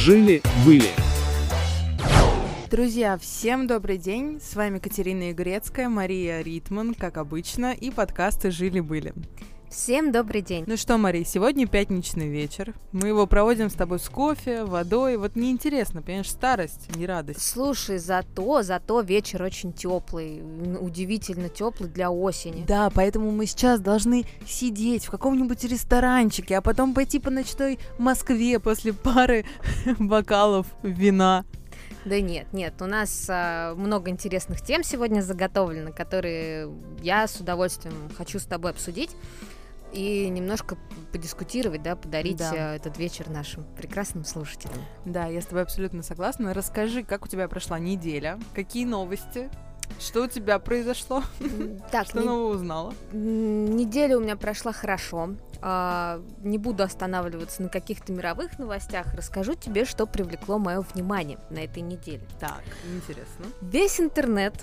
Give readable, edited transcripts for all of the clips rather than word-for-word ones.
Жили-были. Друзья, всем добрый день, с вами Катерина Игрецкая, Мария Ритман, как обычно, и подкасты «Жили-были». Всем добрый день. Ну что, Мария, сегодня пятничный вечер, мы его проводим с тобой с кофе, водой, вот неинтересно, понимаешь, старость, не радость. Слушай, зато вечер очень теплый, удивительно теплый для осени. Да, поэтому мы сейчас должны сидеть в каком-нибудь ресторанчике, а потом пойти по ночной Москве после пары бокалов вина. Да нет, у нас много интересных тем сегодня заготовлено, которые я с удовольствием хочу с тобой обсудить и немножко подискутировать, да, подарить этот вечер нашим прекрасным слушателям. Да, я с тобой абсолютно согласна. Расскажи, как у тебя прошла неделя, какие новости, что у тебя произошло, так, что нового узнала? Неделя у меня прошла хорошо. Не буду останавливаться на каких-то мировых новостях, расскажу тебе, что привлекло мое внимание на этой неделе. Так, интересно. Весь интернет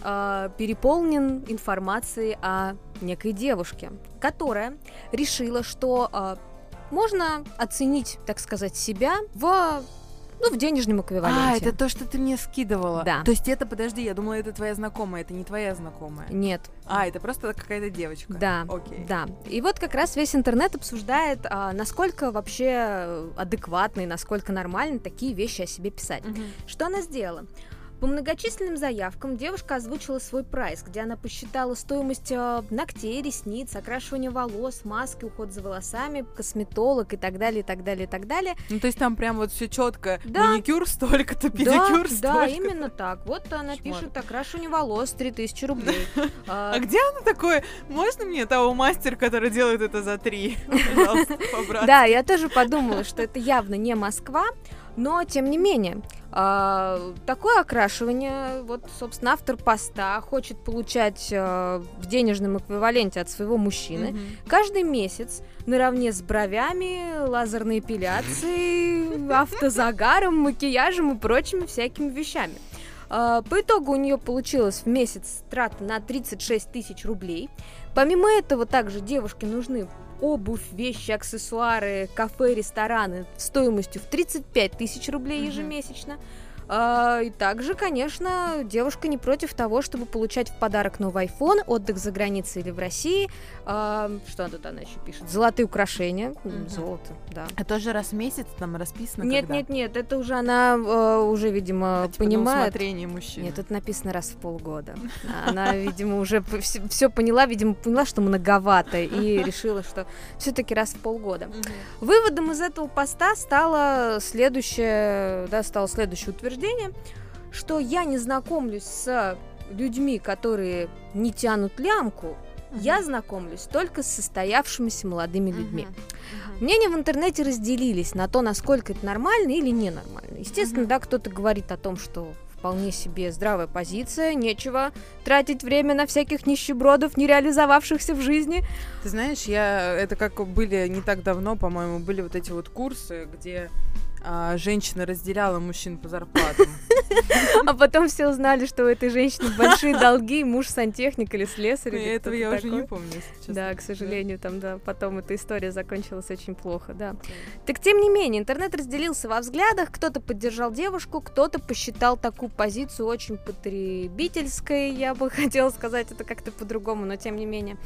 переполнен информацией о некой девушке, которая решила, что можно оценить, так сказать, себя в денежном эквиваленте. Это то, что ты мне скидывала. Да. То есть это, подожди, я думала, это твоя знакомая, это не твоя знакомая. Нет. Это просто какая-то девочка. Да. Окей. Да. И вот как раз весь интернет обсуждает, насколько вообще адекватны, насколько нормально такие вещи о себе писать. Угу. Что она сделала? По многочисленным заявкам девушка озвучила свой прайс, где она посчитала стоимость ногтей, ресниц, окрашивания волос, маски, уход за волосами, косметолог и так далее, и так далее, и так далее. Ну, то есть там прям вот все четко. Да. Маникюр столько-то, педикюр столько-то. Да, именно так. Вот она пишет окрашивание волос 3000 рублей. А где она такое? Можно мне того мастера, который делает это за 3? Пожалуйста, по-братски. Да, я тоже подумала, что это явно не Москва, но тем не менее. Такое окрашивание, вот, собственно, автор поста хочет получать в денежном эквиваленте от своего мужчины каждый месяц наравне с бровями, лазерной эпиляцией, автозагаром, макияжем и прочими всякими вещами. По итогу у нее получилось в месяц трата на 36 тысяч рублей. Помимо этого, также девушке нужны обувь, вещи, аксессуары, кафе, рестораны стоимостью в 35 тысяч рублей ежемесячно. И также, конечно, девушка не против того, чтобы получать в подарок новый iPhone, отдых за границей или в России. Что тут она еще пишет? Золотые украшения. Золото, да. А тоже раз в месяц там расписано? Нет, это уже она уже, видимо, понимает. На усмотрение мужчины. Нет, тут написано раз в полгода. Она, видимо, уже все поняла, что многовато, и решила, что все-таки раз в полгода. Выводом из этого поста стало следующее утверждение, что я не знакомлюсь с людьми, которые не тянут лямку, я знакомлюсь только с состоявшимися молодыми людьми. Мнения в интернете разделились на то, насколько это нормально или ненормально. Естественно, да, кто-то говорит о том, что вполне себе здравая позиция, нечего тратить время на всяких нищебродов, не реализовавшихся в жизни. Ты знаешь, это как были не так давно, по-моему, были вот эти вот курсы, где женщина разделяла мужчин по зарплатам. А потом все узнали, что у этой женщины большие долги, муж сантехник или слесарь. Этого я уже не помню, если честно. Да, к сожалению, потом эта история закончилась очень плохо, да. Так, тем не менее, интернет разделился во взглядах, кто-то поддержал девушку, кто-то посчитал такую позицию очень потребительской, я бы хотела сказать это как-то по-другому, но тем не менее.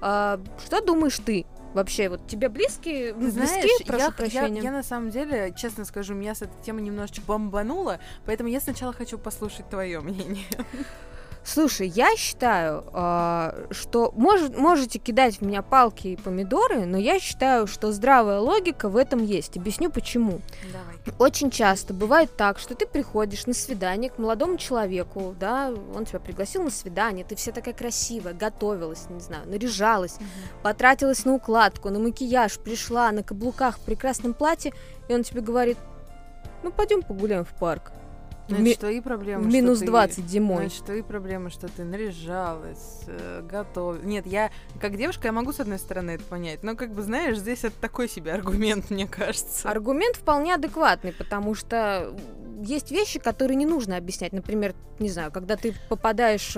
Что думаешь ты? Вообще, вот тебе близкие, прошу прощения. Я на самом деле, честно скажу, меня с этой темы немножечко бомбануло, поэтому я сначала хочу послушать твое мнение. Слушай, я считаю, что можете кидать в меня палки и помидоры, но я считаю, что здравая логика в этом есть. Объясню почему. Давай. Очень часто бывает так, что ты приходишь на свидание к молодому человеку, да, он тебя пригласил на свидание, ты вся такая красивая, готовилась, не знаю, наряжалась, потратилась на укладку, на макияж, пришла на каблуках в прекрасном платье, и он тебе говорит: ну, пойдем погуляем в парк. Значит, твои проблемы, в минус 20 зимой. Значит, твои проблемы, что ты наряжалась, готовилась. Нет, я как девушка, я могу с одной стороны это понять, но как бы, знаешь, здесь это такой себе аргумент, мне кажется. Аргумент вполне адекватный, потому что есть вещи, которые не нужно объяснять. Например, не знаю, когда ты попадаешь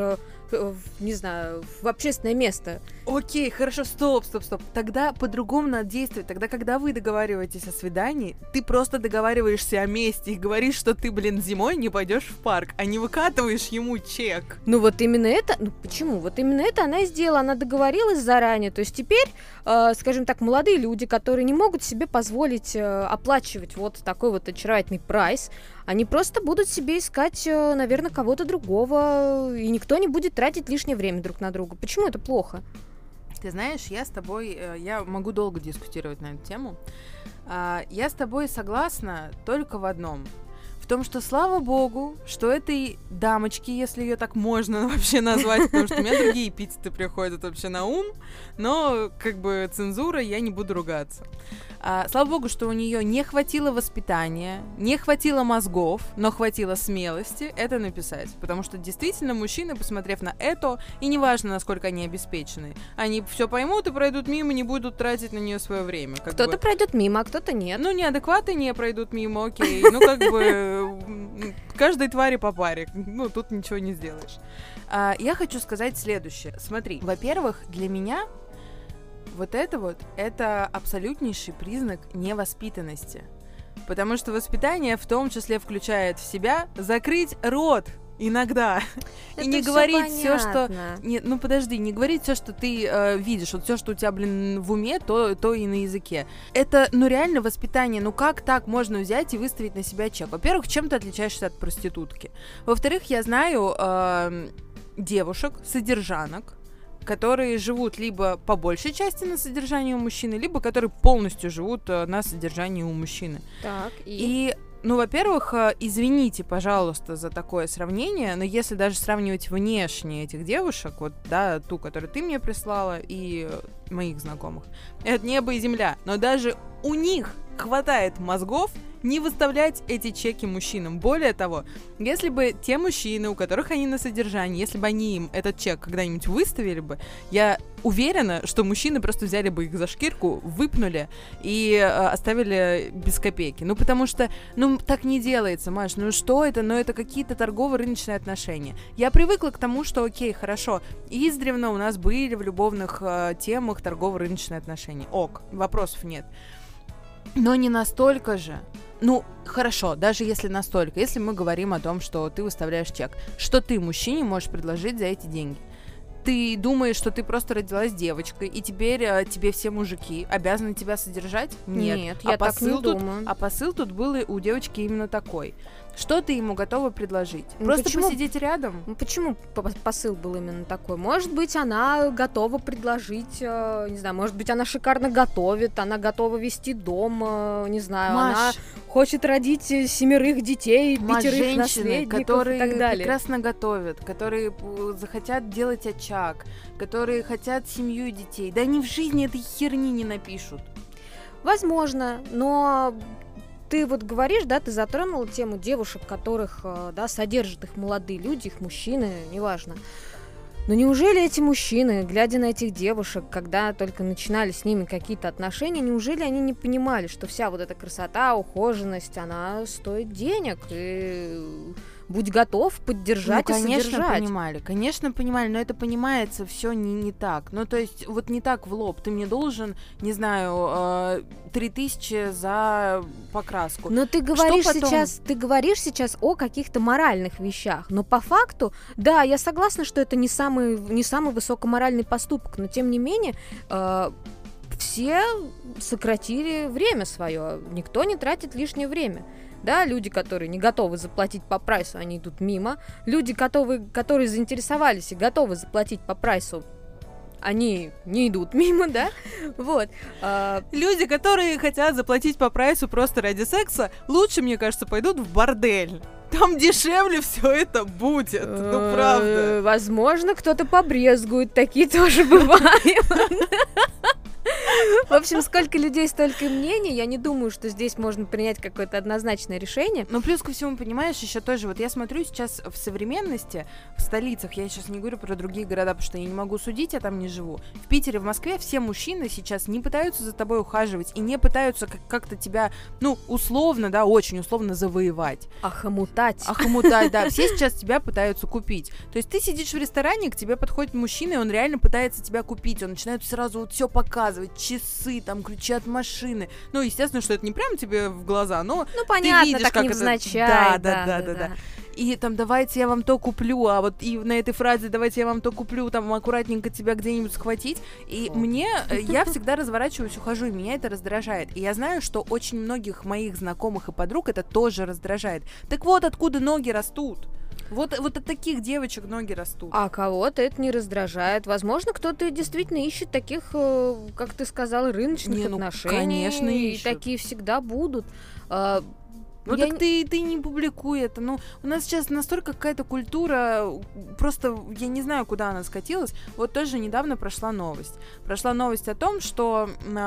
не знаю, в общественное место. Окей, хорошо, стоп. Тогда по-другому надо действовать. Тогда, когда вы договариваетесь о свидании, ты просто договариваешься о месте и говоришь, что ты, зимой не пойдешь в парк, а не выкатываешь ему чек. Ну вот именно это, почему? Вот именно это она и сделала, она договорилась заранее. То есть теперь, скажем так, молодые люди, которые не могут себе позволить оплачивать вот такой вот очаровательный прайс, они просто будут себе искать, наверное, кого-то другого, и никто не будет тратить лишнее время друг на друга. Почему это плохо? Ты знаешь, я с тобой, я могу долго дискутировать на эту тему. Я с тобой согласна только в одном. В том, что, слава богу, что этой дамочке, если ее так можно вообще назвать, потому что у меня другие эпитеты приходят вообще на ум, но цензура, я не буду ругаться. Слава богу, что у нее не хватило воспитания, не хватило мозгов, но хватило смелости это написать. Потому что действительно мужчины, посмотрев на это, и неважно, насколько они обеспечены, они все поймут и пройдут мимо, не будут тратить на нее свое время. Кто-то пройдет мимо, а кто-то нет. Ну, неадекваты не пройдут мимо, окей. Каждой твари по паре. Тут ничего не сделаешь. Я хочу сказать следующее. Смотри, во-первых, для меня это абсолютнейший признак невоспитанности. Потому что воспитание в том числе включает в себя закрыть рот иногда. Это и не говорить все, что... не говорить все, что ты видишь. Вот все, что у тебя, в уме, то и на языке. Это, реально воспитание. Как так можно взять и выставить на себя чек? Во-первых, чем ты отличаешься от проститутки? Во-вторых, я знаю девушек, содержанок, которые живут либо по большей части на содержании у мужчины, либо которые полностью живут на содержании у мужчины. Так, и во-первых, извините, пожалуйста, за такое сравнение, но если даже сравнивать внешне этих девушек, ту, которую ты мне прислала, и моих знакомых, это небо и земля, но даже у них хватает мозгов не выставлять эти чеки мужчинам. Более того, если бы те мужчины, у которых они на содержании, если бы они им этот чек когда-нибудь выставили бы, я уверена, что мужчины просто взяли бы их за шкирку, выпнули и оставили без копейки. Потому что, так не делается, Маш, что это? Это какие-то торгово-рыночные отношения. Я привыкла к тому, что окей, хорошо, издревно у нас были в любовных темах торгово-рыночные отношения. Ок, вопросов нет. Но не настолько же. Хорошо, даже если настолько. Если мы говорим о том, что ты выставляешь чек, что ты мужчине можешь предложить за эти деньги? Ты думаешь, что ты просто родилась девочкой, и теперь тебе все мужики обязаны тебя содержать? Нет, я так не думаю. А посыл тут был у девочки именно такой. Что ты ему готова предложить? Просто посидеть рядом? Почему посыл был именно такой? Может быть, она готова предложить, не знаю, может быть, она шикарно готовит, она готова вести дом, не знаю, Маш, она хочет родить 7 детей, 5 наследников которые и так далее. Прекрасно готовят, которые захотят делать очаг, которые хотят семью и детей. Да они в жизни этой херни не напишут. Возможно, но... Ты говоришь, ты затронула тему девушек, которых, содержат их молодые люди, их мужчины, неважно. Но неужели эти мужчины, глядя на этих девушек, когда только начинали с ними какие-то отношения, неужели они не понимали, что вся эта красота, ухоженность, она стоит денег, и будь готов поддержать и содержать. Конечно, понимали, но это понимается все не так. То есть, не так в лоб. Ты мне должен, не знаю, 3000 за покраску. Но ты говоришь сейчас о каких-то моральных вещах. Но по факту, да, я согласна, что это не самый высокоморальный поступок, но тем не менее... все сократили время свое. Никто не тратит лишнее время. Да, люди, которые не готовы заплатить по прайсу, они идут мимо. Люди, которые заинтересовались и готовы заплатить по прайсу, они не идут мимо, да? Люди, которые хотят заплатить по прайсу просто ради секса, лучше, мне кажется, пойдут в бордель. Там дешевле все это будет, правда. Возможно, кто-то побрезгует, такие тоже бывают. В общем, сколько людей, столько и мнений. Я не думаю, что здесь можно принять какое-то однозначное решение. Но плюс ко всему, понимаешь, еще тоже, вот я смотрю сейчас в современности, в столицах, я сейчас не говорю про другие города, потому что я не могу судить, я там не живу. В Питере, в Москве все мужчины сейчас не пытаются за тобой ухаживать и не пытаются как-то тебя, ну, условно, да, очень условно завоевать. Охомутать, да. Все сейчас тебя пытаются купить. То есть ты сидишь в ресторане, к тебе подходит мужчина, и он реально пытается тебя купить. Он начинает сразу вот все показывать, часы, там, ключи от машины. Ну, естественно, что это не прям тебе в глаза, но понятно, ты видишь, так как невзначай. Да. И там, давайте я вам то куплю, а вот и на этой фразе давайте я вам то куплю, там аккуратненько тебя где-нибудь схватить. И я всегда разворачиваюсь, ухожу, и меня это раздражает. И я знаю, что очень многих моих знакомых и подруг это тоже раздражает. Так вот, откуда ноги растут. Вот от таких девочек ноги растут. А кого-то это не раздражает. Возможно, кто-то действительно ищет таких, как ты сказала, рыночных отношений. Конечно, ищут. И такие всегда будут. Ну так ты не публикуй это. Ну, у нас сейчас настолько какая-то культура, просто я не знаю, куда она скатилась. Вот тоже недавно прошла новость. Прошла новость о том, что...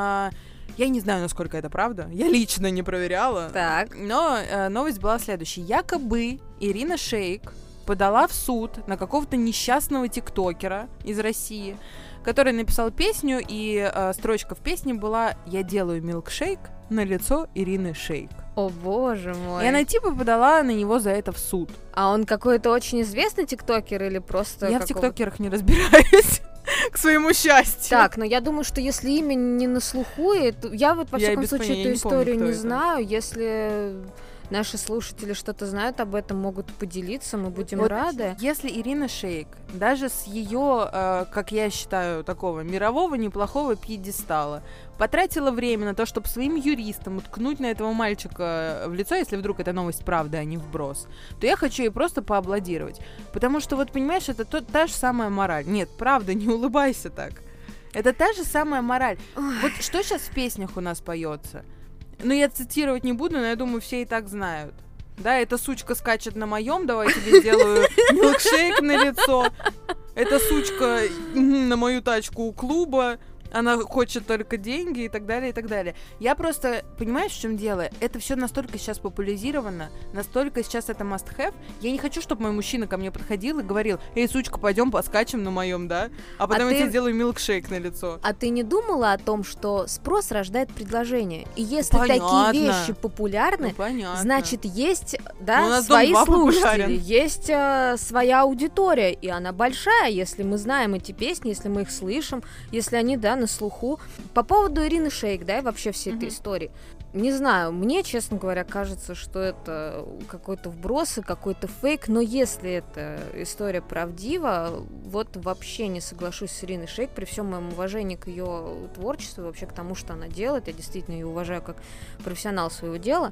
Я не знаю, насколько это правда. Я лично не проверяла. Так. Но новость была следующей. Якобы Ирина Шейк подала в суд на какого-то несчастного тиктокера из России, который написал песню, и строчка в песне была «Я делаю милкшейк на лицо Ирины Шейк». О, боже мой. И она типа подала на него за это в суд. А он какой-то очень известный тиктокер или просто... Я в тиктокерах не разбираюсь. К своему счастью. Так, но я думаю, что если имя не на слуху, я вот во всяком случае эту историю не знаю. Если наши слушатели что-то знают об этом, могут поделиться, мы будем рады. Если Ирина Шейк, даже с ее, как я считаю, такого мирового неплохого пьедестала, потратила время на то, чтобы своим юристам уткнуть на этого мальчика в лицо, если вдруг эта новость правда, а не вброс, то я хочу ей просто поаплодировать. Потому что, вот понимаешь, это та же самая мораль. Нет, правда, не улыбайся так. Это та же самая мораль. Ой. Вот что сейчас в песнях у нас поется? Ну, я цитировать не буду, но я думаю, все и так знают. Да, эта сучка скачет на моем, давай тебе сделаю милкшейк на лицо. Эта сучка на мою тачку у клуба. Она хочет только деньги и так далее, и так далее. Я просто, понимаешь, в чем дело? Это все настолько сейчас популяризировано, настолько сейчас это must have. Я не хочу, чтобы мой мужчина ко мне подходил и говорил: эй, сучка, пойдем поскачем на моем, да? А потом я тебе сделаю милкшейк на лицо. А ты не думала о том, что спрос рождает предложение? И если такие вещи популярны, значит, есть, да, свои слушатели, есть своя аудитория, и она большая, если мы знаем эти песни, если мы их слышим, если они, да, на слуху. По поводу Ирины Шейк, да, и вообще всей этой истории. Не знаю, мне, честно говоря, кажется, что это какой-то вброс и какой-то фейк, но если эта история правдива, вот вообще не соглашусь с Ириной Шейк, при всем моем уважении к ее творчеству, вообще к тому, что она делает, я действительно ее уважаю как профессионал своего дела.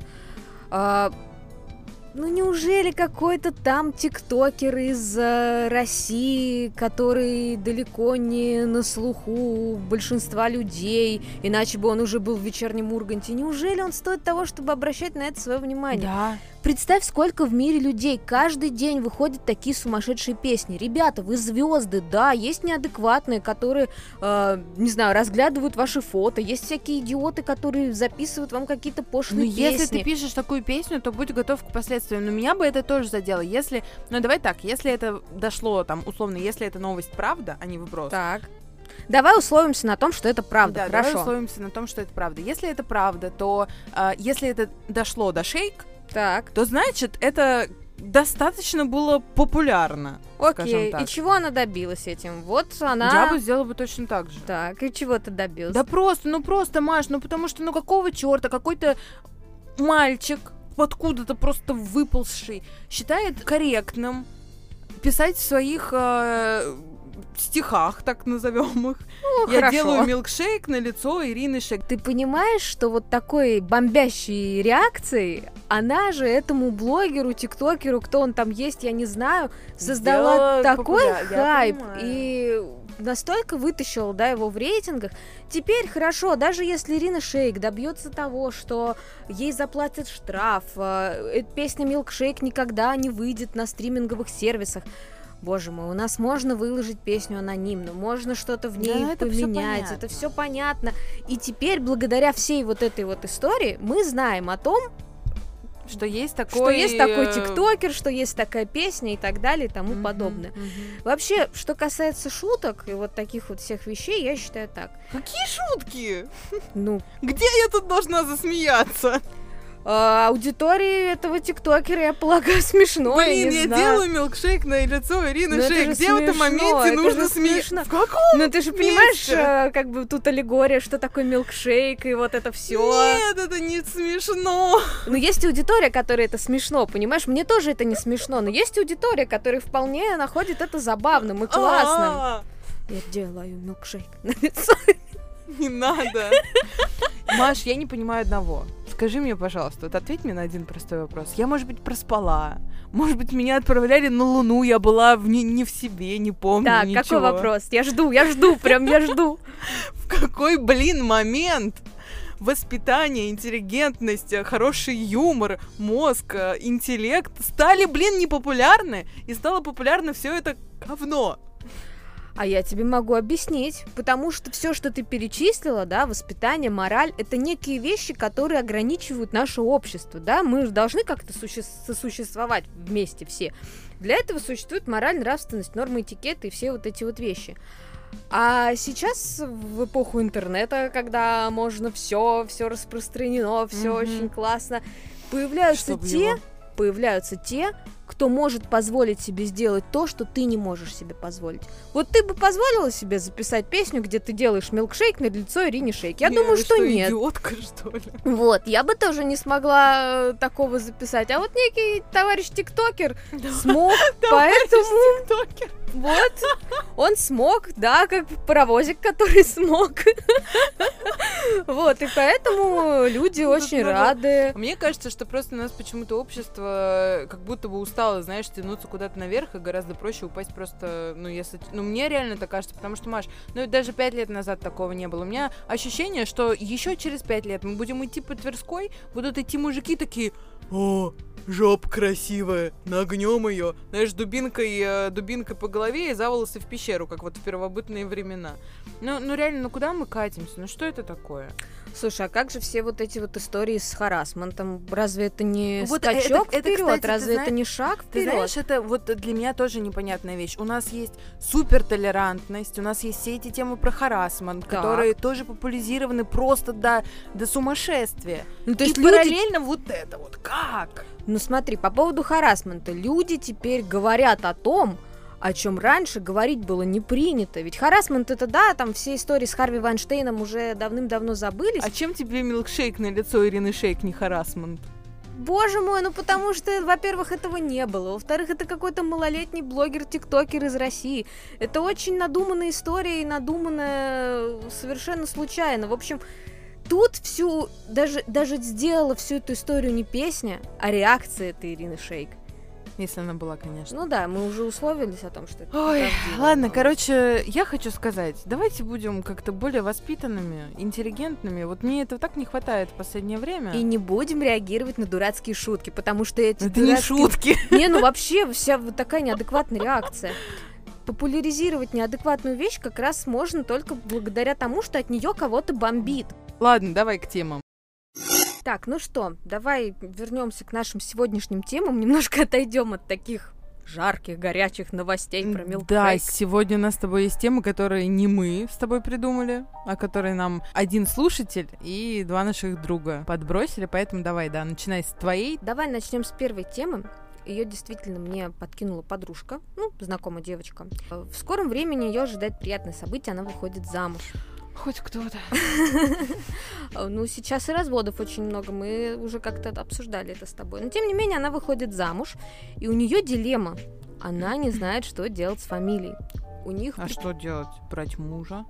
Ну неужели какой-то там тиктокер из России, который далеко не на слуху большинства людей, иначе бы он уже был в вечернем Урганте, неужели он стоит того, чтобы обращать на это свое внимание? Да. Представь, сколько в мире людей каждый день выходят такие сумасшедшие песни. Ребята, вы звезды, да, есть неадекватные, которые, не знаю, разглядывают ваши фото, есть всякие идиоты, которые записывают вам какие-то пошлые песни. Если ты пишешь такую песню, то будь готов к последствиям. Но меня бы это тоже задело. Если, ну давай так, если это дошло, там, условно, если это новость правда, а не вброс. Так. Давай условимся на том, что это правда. Да, хорошо. Давай условимся на том, что это правда. Если это правда, то если это дошло до Шейк, так, то значит это достаточно было популярно. Окей, и чего она добилась этим? Вот она... Я бы сделала бы точно так же. Так, и чего ты добилась? Да просто, Маш, потому что, какого черта какой-то мальчик, откуда-то просто выползший, считает корректным писать в своих стихах, так назовем их. Ну, я делаю милкшейк на лицо Ирины Шейк. Ты понимаешь, что вот такой бомбящей реакцией она же этому блогеру, тиктокеру, кто он там есть, я не знаю, создала такой хайп и настолько вытащила, да, его в рейтингах. Теперь хорошо, даже если Ирина Шейк добьется того, что ей заплатят штраф, песня «Милкшейк» никогда не выйдет на стриминговых сервисах, боже мой, у нас можно выложить песню анонимно, можно что-то в ней поменять, это все понятно. И теперь, благодаря всей вот этой вот истории, мы знаем о том, что есть такой тиктокер, что есть такая песня и так далее и тому подобное. Вообще, что касается шуток и вот таких вот всех вещей, я считаю так. Какие шутки? Ну, где я тут должна засмеяться? Аудитории этого тиктокера, я полагаю, смешно. Блин, я делаю милкшейк на лицо Ирины Шейк. Где в этом моменте нужно смешно? В каком? Ну ты же понимаешь, как бы тут аллегория, что такое милкшейк и вот это все. Нет, это не смешно. Ну есть аудитория, которой это смешно, понимаешь? Мне тоже это не смешно, но есть аудитория, которая вполне находит это забавным и классным. Я делаю милкшейк на лицо. Не надо. Маш, я не понимаю одного. Скажи мне, пожалуйста, вот ответь мне на один простой вопрос. Я, может быть, проспала. Может быть, меня отправляли на Луну, я была не в себе, не помню ничего. Так, какой вопрос? Я жду, прям я жду. В какой, момент воспитание, интеллигентность, хороший юмор, мозг, интеллект стали, непопулярны, и стало популярно все это говно? А я тебе могу объяснить, потому что все, что ты перечислила, да, воспитание, мораль, это некие вещи, которые ограничивают наше общество, да, мы же должны как-то сосуществовать вместе все. Для этого существует мораль, нравственность, нормы этикета и все вот эти вот вещи. А сейчас, в эпоху интернета, когда можно все распространено, все очень классно, появляются те, кто может позволить себе сделать то, что ты не можешь себе позволить. Вот ты бы позволила себе записать песню, где ты делаешь милкшейк на лицо Ирине Шейк? Я думаю, что нет. Идиотка, что ли? Вот, я бы тоже не смогла такого записать. А вот некий товарищ тиктокер смог, поэтому... Вот, он смог, да, как паровозик, который смог. Вот, и поэтому люди очень рады. Мне кажется, что просто у нас почему-то общество как будто бы устало, знаешь, тянуться куда-то наверх, и гораздо проще упасть просто, мне реально так кажется, потому что, Маш, даже 5 лет назад такого не было. У меня ощущение, что еще через 5 лет мы будем идти по Тверской, будут идти мужики такие: о, жопа красивая, нагнем ее, знаешь, дубинкой по голове и за волосы в пещеру, как вот в первобытные времена. Ну реально, куда мы катимся? Что это такое? Слушай, а как же все вот эти вот истории с харассментом? Разве это не скачок вперед? Кстати, разве это не шаг вперед? Ты знаешь, это вот для меня тоже непонятная вещь. У нас есть супертолерантность, у нас есть все эти темы про харассмент, которые тоже популяризированы просто до сумасшествия. То есть параллельно вот это вот как? Ну смотри, по поводу харассмента. Люди теперь говорят о том, о чем раньше говорить было не принято. Ведь харассмент это, да, там все истории с Харви Вайнштейном уже давным-давно забылись. А чем тебе милкшейк на лицо Ирины Шейк не харассмент? Боже мой, потому что, во-первых, этого не было. Во-вторых, это какой-то малолетний блогер-тиктокер из России. Это очень надуманная история и надуманная совершенно случайно. В общем, тут даже сделала всю эту историю не песня, а реакция этой Ирины Шейк. Если она была, конечно. Ну да, мы уже условились о том, что это Ой, ладно, короче, я хочу сказать, давайте будем как-то более воспитанными, интеллигентными. Вот мне этого так не хватает в последнее время. И не будем реагировать на дурацкие шутки, потому что эти это не шутки. Не, вообще вся вот такая неадекватная реакция. Популяризировать неадекватную вещь как раз можно только благодаря тому, что от нее кого-то бомбит. Ладно, давай к темам. Так, ну что, давай вернемся к нашим сегодняшним темам, немножко отойдем от таких жарких, горячих новостей про милкшейк. Да, сегодня у нас с тобой есть темы, которые не мы с тобой придумали, а которые нам один слушатель и 2 наших друга подбросили, поэтому давай, начинай с твоей. Давай начнем с первой темы. Ее действительно мне подкинула подружка, знакомая девочка. В скором времени ее ожидает приятное событие, она выходит замуж. Хоть кто-то. Сейчас и разводов очень много, мы уже как-то обсуждали это с тобой. Но, тем не менее, она выходит замуж, и у нее дилемма. Она не знает, что делать с фамилией. Что делать? Брать мужа?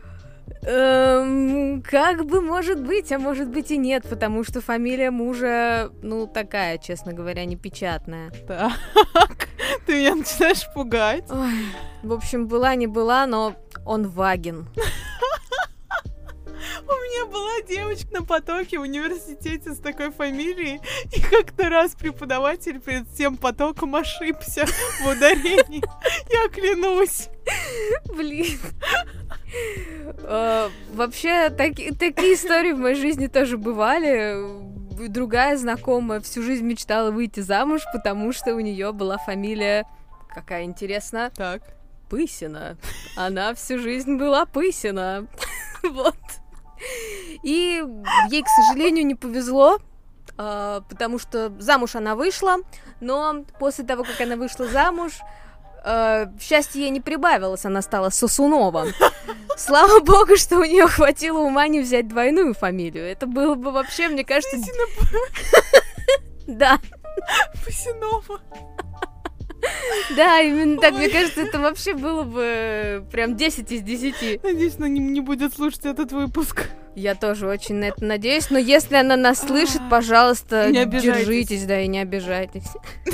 Как бы может быть, а может быть и нет, потому что фамилия мужа, такая, честно говоря, непечатная. Так, ты меня начинаешь пугать. Ой, в общем, была не была, но он Вагин. У меня меня была девочка на потоке в университете с такой фамилией, и как-то раз преподаватель перед всем потоком ошибся в ударении. Я клянусь. Блин. Вообще, такие истории в моей жизни тоже бывали. Другая знакомая всю жизнь мечтала выйти замуж, потому что у нее была фамилия, какая интересно, Так. Пысина. Она всю жизнь была Пысина. Вот. И ей, к сожалению, не повезло, потому что замуж она вышла, но после того, как она вышла замуж, счастье ей не прибавилось, она стала Сосунова. Слава богу, что у нее хватило ума не взять двойную фамилию. Это было бы вообще, мне кажется... Да. Пысинова. Да, именно так. Мне кажется, это вообще было бы прям 10 из 10. Надеюсь, она не будет слушать этот выпуск. Я тоже очень на это надеюсь, но если она нас слышит, пожалуйста, держитесь, да, и не обижайтесь.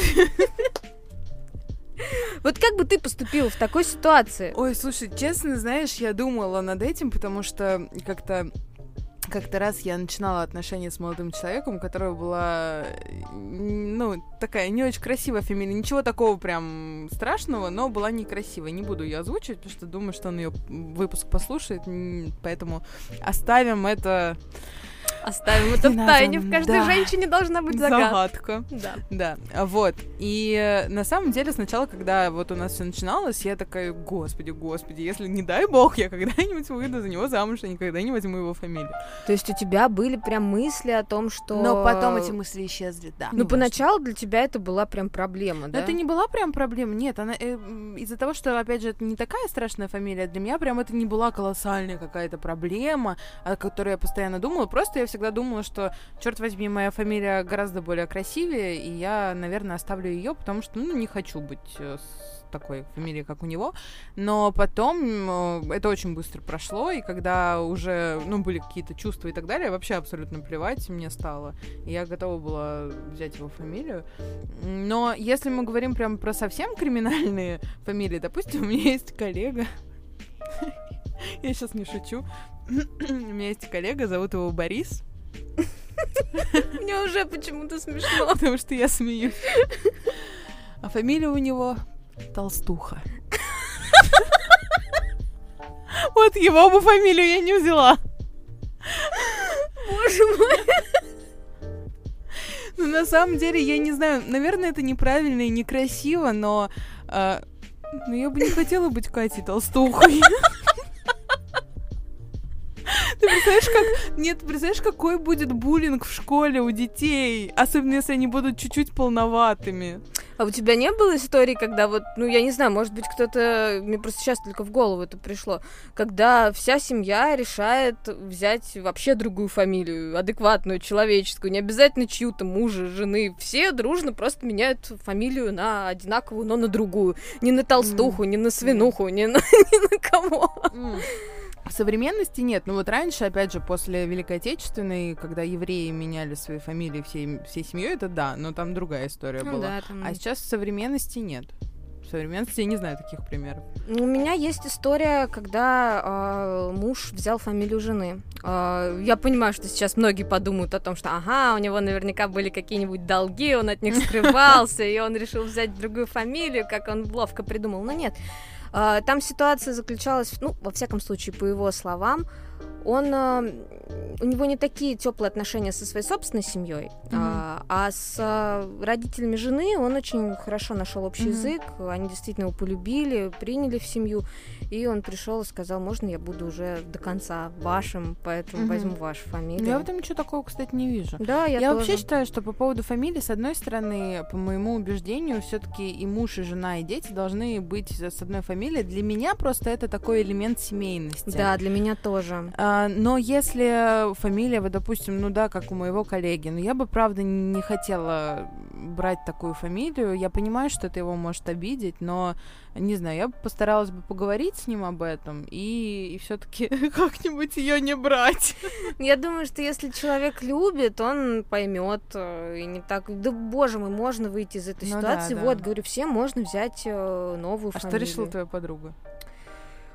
Вот как бы ты поступила в такой ситуации? Ой, слушай, честно, знаешь, я думала над этим, потому что как-то раз я начинала отношения с молодым человеком, у которого была, такая не очень красивая фамилия. Ничего такого прям страшного, но была некрасивая. Не буду ее озвучивать, потому что думаю, что он ее выпуск послушает, поэтому оставим это... Оставим это в тайне. В каждой женщине должна быть загадка. Да, вот. И на самом деле сначала, когда вот у нас все начиналось, я такая, господи, если, не дай бог, я когда-нибудь выйду за него замуж, я никогда не возьму его фамилию. То есть у тебя были прям мысли о том, что... Но потом эти мысли исчезли, да. Ну, поначалу для тебя это была прям проблема, да? Но это не была прям проблема, нет. Она из-за того, что, опять же, это не такая страшная фамилия, для меня прям это не была колоссальная какая-то проблема, о которой я постоянно думала. Просто я всегда думала, что, черт возьми, моя фамилия гораздо более красивее, и я, наверное, оставлю ее, потому что, не хочу быть с такой фамилией, как у него. Но потом это очень быстро прошло, и когда уже, были какие-то чувства и так далее, вообще абсолютно плевать мне стало. И я готова была взять его фамилию. Но если мы говорим прям про совсем криминальные фамилии, допустим, у меня есть коллега, я сейчас не шучу, у меня есть коллега, зовут его Борис. Мне уже почему-то смешно. Потому что я смеюсь. А фамилия у него Толстуха. Вот его бы фамилию я не взяла. Боже мой. Ну, на самом деле, я не знаю, наверное, это неправильно и некрасиво, но я бы не хотела быть Катей Толстухой. Ты представляешь, какой будет буллинг в школе у детей, особенно если они будут чуть-чуть полноватыми. А у тебя не было истории, когда я не знаю, может быть, кто-то, мне просто сейчас только в голову это пришло, когда вся семья решает взять вообще другую фамилию, адекватную, человеческую, не обязательно чью-то мужа, жены, все дружно просто меняют фамилию на одинаковую, но на другую, не на Толстуху, не на Свинуху, ни на кого. В современности нет. Но вот раньше, опять же, после Великой Отечественной, когда евреи меняли свои фамилии всей семьей, это да, но там другая история была. Да, там... А сейчас в современности нет. В современности я не знаю таких примеров. У меня есть история, когда муж взял фамилию жены. Я понимаю, что сейчас многие подумают о том, что у него наверняка были какие-нибудь долги, он от них скрывался, и он решил взять другую фамилию, как он ловко придумал. Но нет. Там ситуация заключалась, во всяком случае, по его словам, у него не такие теплые отношения со своей собственной семьей, а с родителями жены он очень хорошо нашел общий язык, они действительно его полюбили, приняли в семью, и он пришел и сказал, можно я буду уже до конца вашим, поэтому возьму вашу фамилию. Я в этом ничего такого, кстати, не вижу. Да, я тоже. Вообще считаю, что по поводу фамилии, с одной стороны, по моему убеждению, все-таки и муж, и жена, и дети должны быть с одной фамилией. Для меня просто это такой элемент семейности. Да, для меня тоже. Но если фамилия, допустим, как у моего коллеги, я бы, правда, не хотела брать такую фамилию. Я понимаю, что это его может обидеть, но, не знаю, я бы постаралась бы поговорить с ним об этом и все-таки как-нибудь ее не брать. Я думаю, что если человек любит, он поймет и не так. Да, боже мой, можно выйти из этой ситуации. Да. Вот, говорю, всем можно взять новую фамилию. А что решила твоя подруга?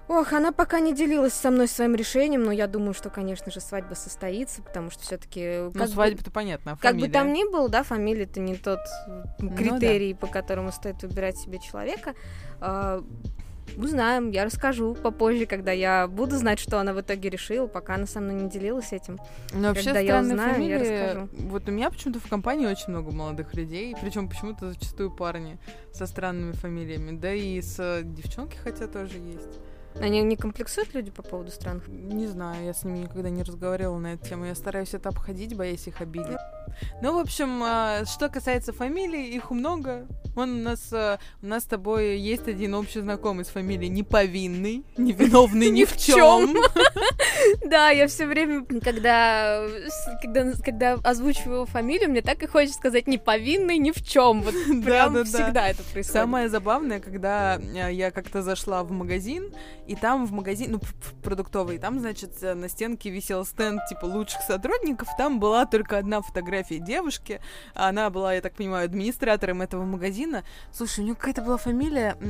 Ох, она пока не делилась со мной своим решением, но я думаю, что, конечно же, свадьба состоится, потому что все-таки свадьба-то понятно, а как фамилия? бы там ни было, да, фамилия — это не тот критерий, по которому стоит выбирать себе человека. Узнаем, я расскажу попозже, когда я буду знать, что она в итоге решила, пока она со мной не делилась этим. Но вообще Когда я узнаю, фамилии, я расскажу. вот у меня почему-то в компании очень много молодых людей, причем почему-то зачастую парни со странными фамилиями, да и с девчонки, хотя тоже есть. Они не комплексуют, люди, по поводу странных? Не знаю, я с ними никогда не разговаривала на эту тему. Я стараюсь это обходить, боясь их обидеть. Ну, в общем, что касается фамилий, их много. Вон у нас с тобой есть один общий знакомый с фамилией Неповинный, невиновный ни в чем. Да, я все время, когда озвучиваю его фамилию, мне так и хочется сказать «неповинный ни в чем». Вот прям всегда это происходит. Самое забавное, когда я как-то зашла в магазин, и там в магазин, ну, продуктовый, там, значит, на стенке висел стенд, типа, лучших сотрудников, там была только одна фотография девушки, она была, я так понимаю, администратором этого магазина. Слушай, у нее какая-то была фамилия...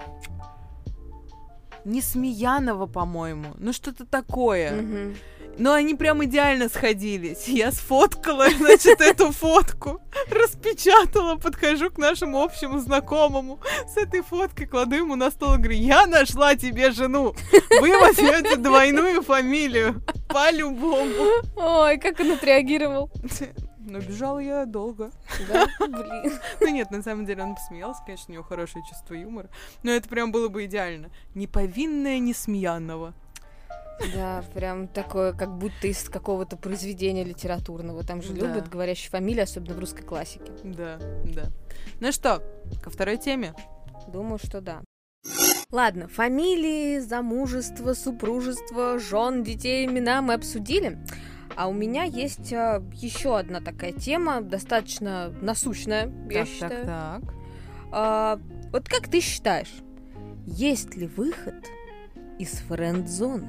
Несмеянова, по-моему. Ну, что-то такое. Но они прям идеально сходились. Я сфоткала, значит, эту фотку, распечатала, подхожу к нашему общему знакомому с этой фоткой, кладу ему на стол и говорю: я нашла тебе жену. Вы возьмете двойную фамилию. По-любому. Ой, как он отреагировал? Но бежала я долго. Да? Блин. Ну нет, на самом деле он посмеялся, конечно, у него хорошее чувство юмора. Но это прям было бы идеально. Неповинная Несмеянного. Да, прям такое, как будто из какого-то произведения литературного. Там же любят говорящие фамилии, особенно в русской классике. Да, да. Ну что, ко второй теме? Думаю, что да. Ладно, фамилии, замужество, супружество, жен, детей, имена мы обсудили. А у меня есть еще одна такая тема, достаточно насущная, я считаю. Так. Вот как ты считаешь, есть ли выход из френд-зоны?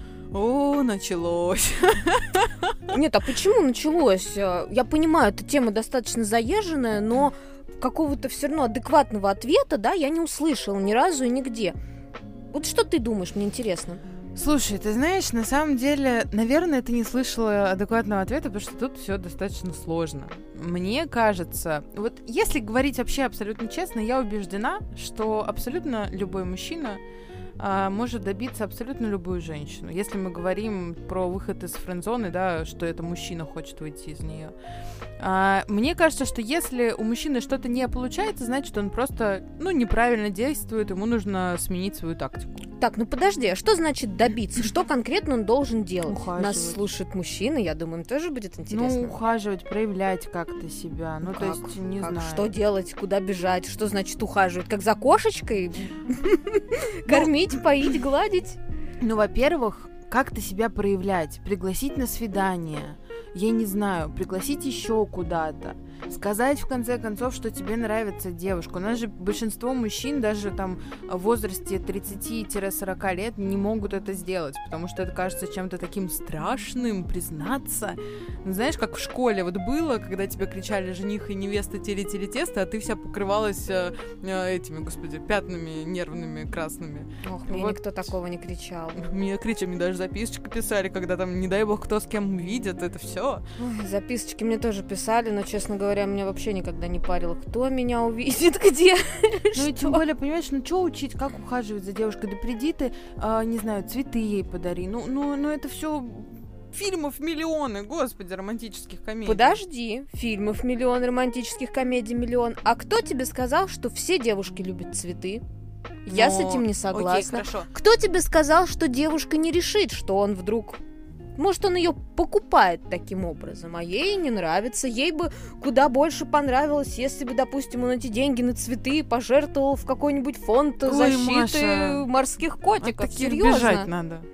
О, началось. Нет, а почему началось? Я понимаю, эта тема достаточно заезженная, но какого-то все равно адекватного ответа, да, я не услышала ни разу и нигде. Вот что ты думаешь, мне интересно. Слушай, ты знаешь, на самом деле, наверное, ты не слышала адекватного ответа, потому что тут все достаточно сложно. Мне кажется, вот если говорить вообще абсолютно честно, я убеждена, что абсолютно любой мужчина может добиться абсолютно любую женщину. Если мы говорим про выход из френд-зоны, да, что это мужчина хочет выйти из нее. Мне кажется, что если у мужчины что-то не получается, значит, он просто, неправильно действует, ему нужно сменить свою тактику. Так, ну подожди, а что значит добиться? Что конкретно он должен делать? Ухаживать. Нас слушают мужчины, я думаю, им тоже будет интересно. Ухаживать, проявлять как-то себя. То есть, не знаю. Что делать, куда бежать? Что значит ухаживать? Как за кошечкой? Кормить, поить, гладить? Во-первых, как-то себя проявлять, пригласить на свидание, я не знаю, пригласить еще куда-то, сказать в конце концов, что тебе нравится девушка. У нас же большинство мужчин даже там в возрасте 30-40 лет не могут это сделать, потому что это кажется чем-то таким страшным, признаться. Знаешь, как в школе вот было, когда тебе кричали жених и невеста тесто, а ты вся покрывалась этими, пятнами нервными красными. Ох, мне никто такого не кричал. Мне кричали, даже записочки писали, когда там, не дай бог, кто с кем видит, это все. Ой, записочки мне тоже писали, но, честно говоря, меня вообще никогда не парило, кто меня увидит, где. И тем более, понимаешь, что учить, как ухаживать за девушкой? Да приди ты, не знаю, цветы ей подари. Это все фильмов миллионы, господи, романтических комедий. Подожди, фильмов миллион, романтических комедий миллион. А кто тебе сказал, что все девушки любят цветы? Я с этим не согласна. Окей, хорошо. Кто тебе сказал, что девушка не решит, что он вдруг... Может, он ее покупает таким образом, а ей не нравится. Ей бы куда больше понравилось, если бы, допустим, он эти деньги на цветы пожертвовал в какой-нибудь фонд защиты морских котиков. От таких серьезно. бежать надо.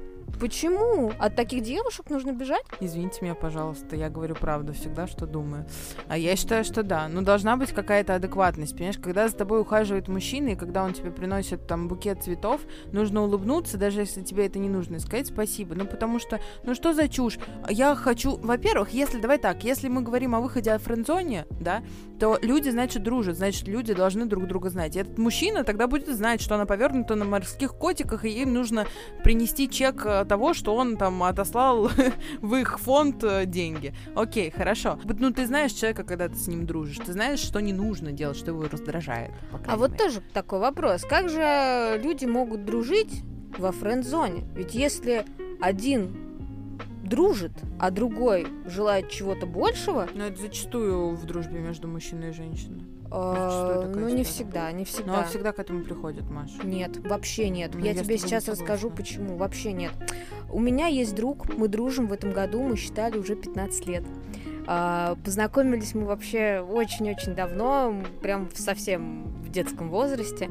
Почему? От таких девушек нужно бежать? Извините меня, пожалуйста, я говорю правду всегда, что думаю. А я считаю, что да. Ну, должна быть какая-то адекватность, понимаешь? Когда за тобой ухаживает мужчина, и когда он тебе приносит там букет цветов, нужно улыбнуться, даже если тебе это не нужно, и сказать спасибо. Ну, потому что, ну, что за чушь? Я хочу... Во-первых, давай так, если мы говорим о выходе от френд-зоне, да, то люди, значит, дружат, значит, люди должны друг друга знать. И этот мужчина тогда будет знать, что она повернута на морских котиках, и им нужно принести чек того, что он там отослал в их фонд деньги. Окей, хорошо. Ну, ты знаешь человека, когда ты с ним дружишь, ты знаешь, что не нужно делать, что его раздражает. А вот тоже такой вопрос. Как же люди могут дружить во френд-зоне? Ведь если один дружит, а другой желает чего-то большего... Ну, это зачастую в дружбе между мужчиной и женщиной. Ну, не всегда, не всегда. Ну, а всегда к этому приходит, Маша. Нет, вообще нет. Я тебе сейчас расскажу, почему. Вообще нет. У меня есть друг, мы дружим в этом году, мы считали уже 15 лет. Познакомились мы вообще очень-очень давно, прям совсем в детском возрасте.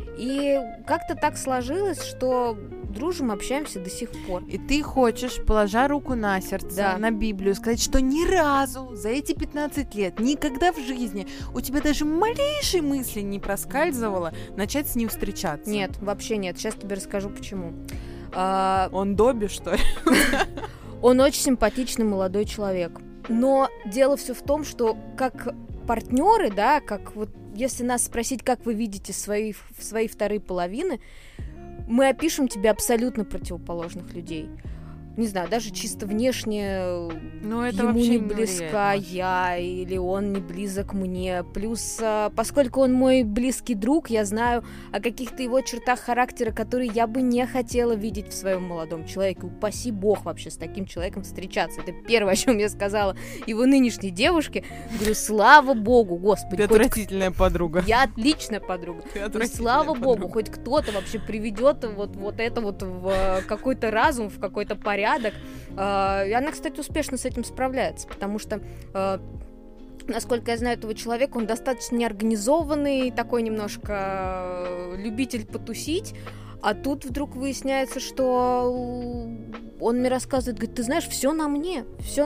И как-то так сложилось, что дружим, общаемся до сих пор. И ты хочешь, положа руку на сердце, да, на Библию, сказать, что ни разу за эти 15 лет, никогда в жизни у тебя даже малейшей мысли не проскальзывало начать с ним встречаться? Нет, вообще нет. Сейчас тебе расскажу, почему. Он Добби, что ли? Он очень симпатичный молодой человек. Но дело все в том, что как партнеры, да, как вот если нас спросить, как вы видите свои вторые половины, мы опишем тебе абсолютно противоположных людей. Не знаю, даже чисто внешне ему не близка я, или он не близок мне. Плюс, поскольку он мой близкий друг, я знаю о каких-то его чертах характера, которые я бы не хотела видеть в своем молодом человеке. Упаси бог вообще с таким человеком встречаться. Это первое, о чем я сказала его нынешней девушке. Говорю, слава богу, господи. Ты отвратительная подруга. Я отличная подруга. Слава богу, хоть кто-то вообще приведет вот это вот в какой-то разум, в какой-то порядок. И она, кстати, успешно с этим справляется, потому что, насколько я знаю этого человека, он достаточно неорганизованный, такой немножко любитель потусить, а тут вдруг выясняется, что он мне рассказывает, говорит, ты знаешь, все на мне,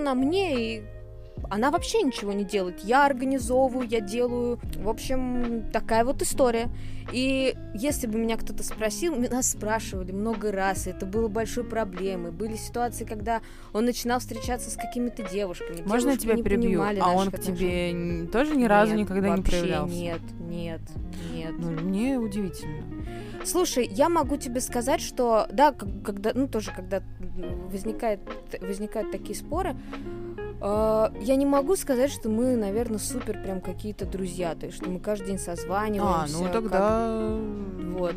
и она вообще ничего не делает. Я организовываю, я делаю. В общем, такая вот история. И если бы меня кто-то спросил, нас спрашивали много раз, и это было большой проблемой. Были ситуации, когда он начинал встречаться с какими-то девушками. Можно я тебя перебью? А он к тебе тоже ни разу никогда не проявлялся? Нет. Ну, мне удивительно. Слушай, я могу тебе сказать, что, да, когда возникают такие споры, я не могу сказать, что мы, наверное, супер прям какие-то друзья, то есть, что мы каждый день созваниваемся. Ну тогда... Вот.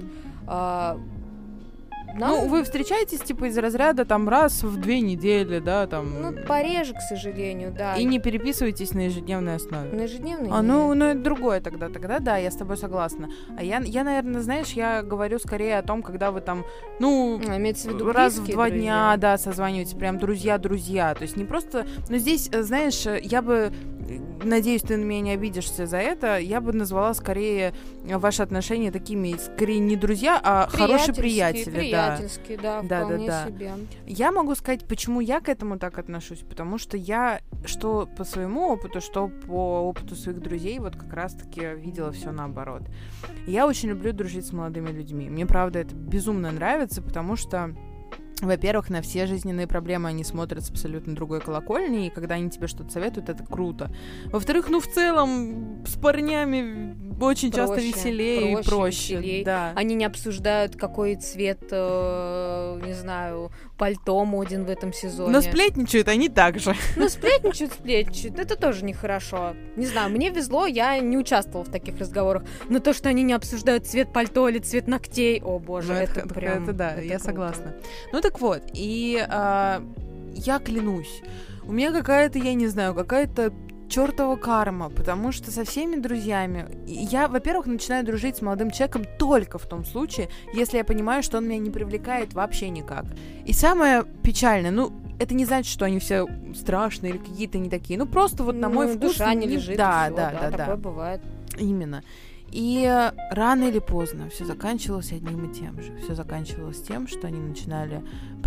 Ну, вы встречаетесь, типа, из разряда, там, раз в 2 недели, да, там... Ну, пореже, к сожалению, да. И не переписываетесь на ежедневной основе? На ежедневной? Ну, это другое тогда. Тогда, да, я с тобой согласна. А я, наверное, знаешь, я говорю скорее о том, когда вы там, имеется в виду раз в 2 друзья. Дня, да, созваниваетесь, прям друзья. То есть не просто... Но здесь, знаешь, я бы... Надеюсь, ты на меня не обидишься за это. Я бы назвала скорее ваши отношения такими, скорее не друзья, а хорошие приятели. Приятельские, да, вполне себе. Я могу сказать, почему я к этому так отношусь. Потому что я, что по своему опыту, что по опыту своих друзей, вот как раз-таки видела все наоборот. Я очень люблю дружить с молодыми людьми. Мне, правда, это безумно нравится, потому что во-первых, на все жизненные проблемы они смотрят с абсолютно другой колокольни, и когда они тебе что-то советуют, это круто. Во-вторых, в целом, с парнями очень часто веселее и проще. Веселее. Да. Они не обсуждают, какой цвет, не знаю, пальто моден в этом сезоне. Но сплетничают они так же. Сплетничают. Это тоже нехорошо. Не знаю, мне везло, я не участвовала в таких разговорах. Но то, что они не обсуждают цвет пальто или цвет ногтей, о боже, это прям... Это да, я согласна. Ну так вот, и я клянусь, у меня какая-то чертова карма, потому что со всеми друзьями я, во-первых, начинаю дружить с молодым человеком только в том случае, если я понимаю, что он меня не привлекает вообще никак. И самое печальное, это не значит, что они все страшные или какие-то не такие, просто вот на мой вкус... Душа не лежит, да, такое бывает. Именно. И рано или поздно все заканчивалось одним и тем же. Все заканчивалось тем, что они начинали прям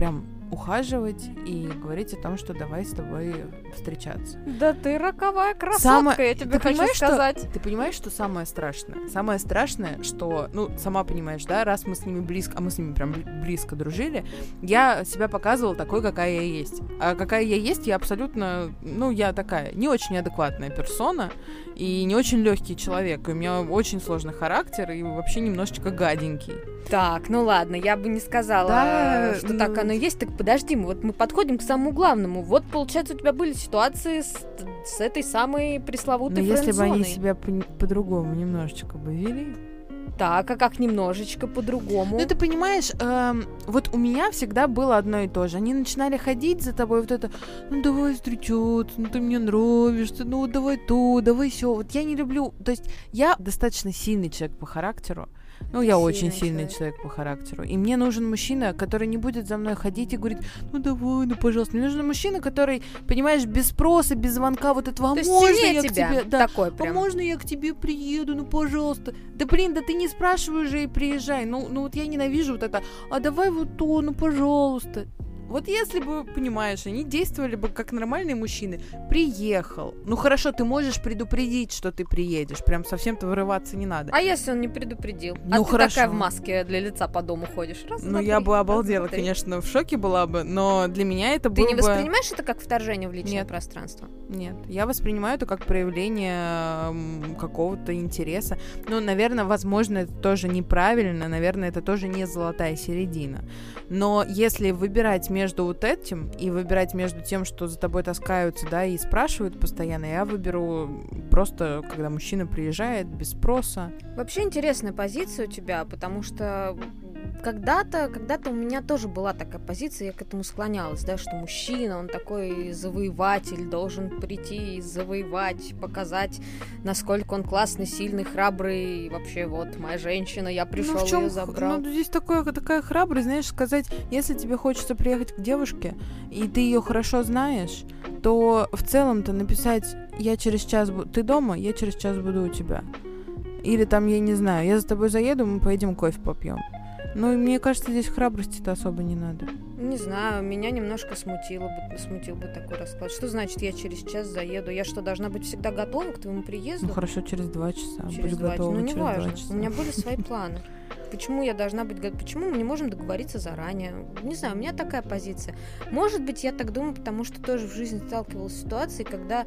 ухаживать и говорить о том, что давай с тобой встречаться. Да ты роковая красотка, я тебе хочу сказать. Ты понимаешь, что самое страшное? Самое страшное, что, сама понимаешь, да, раз мы с ними близко, а мы с ними прям близко дружили, я себя показывала такой, какая я есть. А какая я есть, я абсолютно, я такая не очень адекватная персона и не очень легкий человек. И у меня очень сложный характер и вообще немножечко гаденький. Так, ладно, я бы не сказала, что так оно есть. Так подожди, мы подходим к самому главному. Вот, получается, у тебя были ситуации с этой самой пресловутой френд-зоной. Если бы они себя по-другому немножечко бы вели... Так, а как немножечко по-другому? Ты понимаешь, вот у меня всегда было одно и то же. Они начинали ходить за тобой вот это, давай встречаться, ты мне нравишься, давай то, давай сё. Вот я не люблю, то есть я достаточно сильный человек по характеру. Я очень сильный человек по характеру. И мне нужен мужчина, который не будет за мной ходить и говорить, давай, пожалуйста. Мне нужен мужчина, который, понимаешь, без спроса, без звонка, вот этого, можно я к тебе... Да, такой прям. Можно я к тебе приеду, пожалуйста. Да блин, да ты не спрашивай уже и приезжай. Вот я ненавижу вот это, а давай вот то, пожалуйста. Вот если бы, понимаешь, они действовали бы как нормальные мужчины. Приехал. Хорошо, ты можешь предупредить, что ты приедешь. Прям совсем-то вырываться не надо. А если он не предупредил? Ты такая в маске для лица по дому ходишь. Раз, два, я три, бы обалдела, конечно, в шоке была бы, но для меня это было бы... Ты не воспринимаешь это как вторжение в личное пространство? Нет, я воспринимаю это как проявление какого-то интереса. Наверное, возможно, это тоже неправильно, наверное, это тоже не золотая середина. Но если выбирать между вот этим и выбирать между тем, что за тобой таскаются, да, и спрашивают постоянно, я выберу просто, когда мужчина приезжает без спроса. Вообще интересная позиция у тебя, потому что когда-то у меня тоже была такая позиция, я к этому склонялась, да, что мужчина, он такой завоеватель, должен прийти и завоевать, показать, насколько он классный, сильный, храбрый, и вообще вот моя женщина, я пришел, ее забрал. Здесь такая храбрость, знаешь, сказать, если тебе хочется приехать к девушке, и ты ее хорошо знаешь, то в целом-то написать, я через час буду, ты дома, я через час буду у тебя. Или там, я не знаю, я за тобой заеду, мы поедем кофе попьем. Мне кажется, здесь храбрости-то особо не надо. Не знаю, меня немножко смутил бы такой расклад. Что значит, я через час заеду? Я что, должна быть всегда готова к твоему приезду? Хорошо, через 2 часа. Через 2 часа. Не важно. У меня были свои планы. Почему я должна быть готова? Почему мы не можем договориться заранее? Не знаю, у меня такая позиция. Может быть, я так думаю, потому что тоже в жизни сталкивалась с ситуацией, когда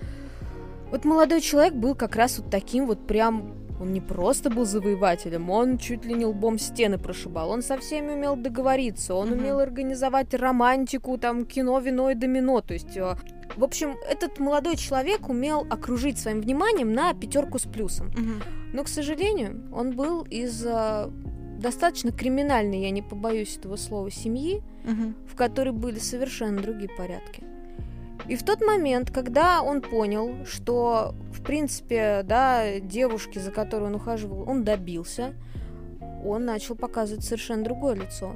вот молодой человек был как раз вот таким вот прям... Он не просто был завоевателем, он чуть ли не лбом стены прошибал, он со всеми умел договориться, он умел организовать романтику, там, кино, вино и домино, то есть... В общем, этот молодой человек умел окружить своим вниманием на 5 с плюсом. Но, к сожалению, он был из достаточно криминальной, я не побоюсь этого слова, семьи, в которой были совершенно другие порядки. И в тот момент, когда он понял, что, в принципе, да, девушки, за которой он ухаживал, он добился, он начал показывать совершенно другое лицо.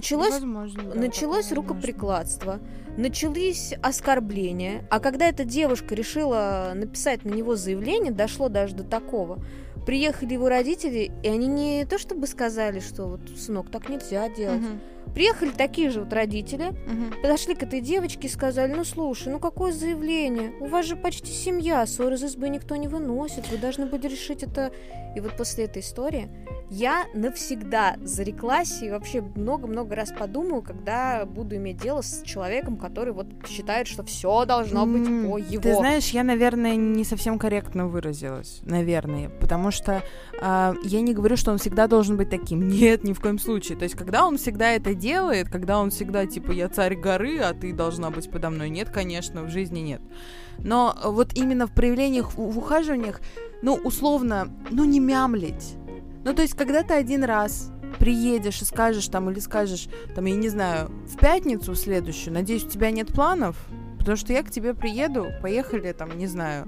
Началось рукоприкладство, начались оскорбления, а когда эта девушка решила написать на него заявление, дошло даже до такого. Приехали его родители, и они не то чтобы сказали, что вот, сынок, так нельзя делать. Приехали такие же вот родители, подошли к этой девочке и сказали, слушай, какое заявление? У вас же почти семья, ссор из избы никто не выносит, вы должны были решить это. И вот после этой истории я навсегда зареклась и вообще много-много раз подумаю, когда буду иметь дело с человеком, который вот считает, что все должно быть по его. Ты знаешь, я, наверное, не совсем корректно выразилась, наверное, потому что я не говорю, что он всегда должен быть таким. Нет, ни в коем случае. То есть, когда он всегда это делает, когда он всегда, типа, я царь горы, а ты должна быть подо мной. Нет, конечно, в жизни нет. Но вот именно в проявлениях, в ухаживаниях, условно, не мямлить. То есть, когда ты один раз приедешь и скажешь там, или скажешь, там, я не знаю, в пятницу следующую, надеюсь, у тебя нет планов, потому что я к тебе приеду, поехали, там, не знаю,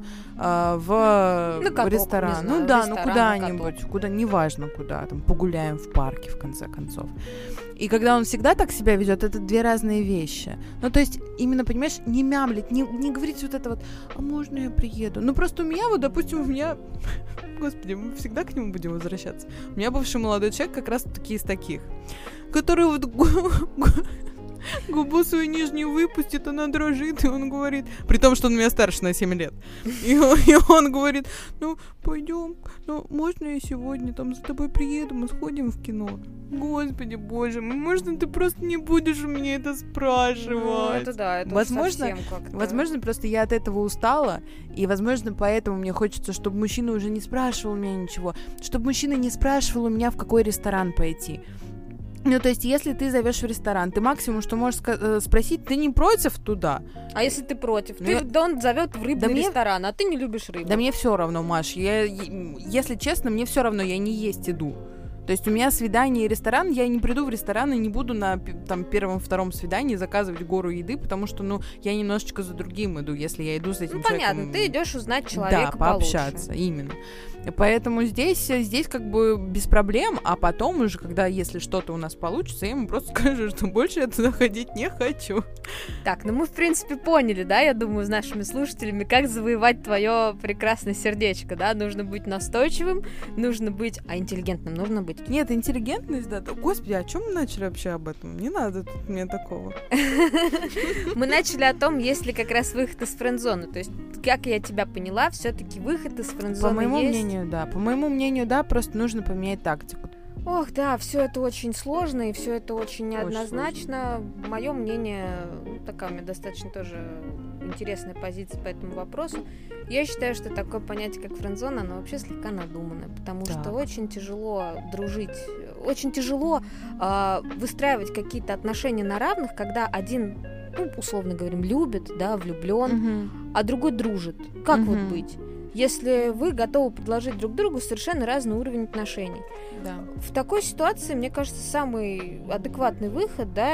в ресторан. Куда-нибудь, неважно куда, там, погуляем в парке, в конце концов. И когда он всегда так себя ведет, это 2 разные вещи. То есть, именно, понимаешь, не мямлить, не говорить вот это вот, а можно я приеду? Просто у меня, вот, допустим, Господи, мы всегда к нему будем возвращаться. У меня бывший молодой человек как раз таки из таких, который вот губу свою нижнюю выпустит, она дрожит, и он говорит, при том, что он меня старше на 7 лет, и он говорит, ну, пойдем, ну, можно я сегодня там за тобой приеду, мы сходим в кино? Господи, боже мой, можно ты просто не будешь у меня это спрашивать? Ну, это да, это возможно, возможно, просто я от этого устала, и, возможно, поэтому мне хочется, чтобы мужчина уже не спрашивал у меня ничего, чтобы мужчина не спрашивал у меня, в какой ресторан пойти. Ну, то есть, если ты зовешь в ресторан, ты максимум, что можешь спросить, ты не против туда? А если ты против? Да он зовет в рыбный ресторан, а ты не любишь рыбу. Да мне все равно, Маш. Если честно, мне все равно, я не есть иду. То есть у меня свидание и ресторан, я не приду в ресторан и не буду на там, первом-втором свидании заказывать гору еды, потому что, ну, я немножечко за другим иду, если я иду с этим человеком. Понятно, ты идешь узнать человека да, пообщаться, получше. Именно. Поэтому здесь как бы без проблем, а потом уже, когда, если что-то у нас получится, я ему просто скажу, что больше я туда ходить не хочу. Так, ну мы, в принципе, поняли, да, я думаю, с нашими слушателями, как завоевать твое прекрасное сердечко, да, нужно быть настойчивым, нужно быть, интеллигентным нужно быть. Нет, интеллигентность, да, господи, о чем мы начали вообще об этом? Не надо тут мне такого. Мы начали о том, есть ли как раз выход из френд-зоны, то есть, как я тебя поняла, все-таки выход из френд-зоны есть. По моему мнению, да, просто нужно поменять тактику. Ох, да, все это очень сложно, и все это очень неоднозначно. Мое мнение, такая у меня достаточно тоже интересная позиция по этому вопросу. Я считаю, что такое понятие, как френд-зона, оно вообще слегка надуманное, потому что очень тяжело дружить, очень тяжело выстраивать какие-то отношения на равных, когда один, ну, условно говорим, любит, да, влюблен, а другой дружит. Как вот быть? Если вы готовы предложить друг другу совершенно разный уровень отношений. Да. В такой ситуации, мне кажется, самый адекватный выход, да,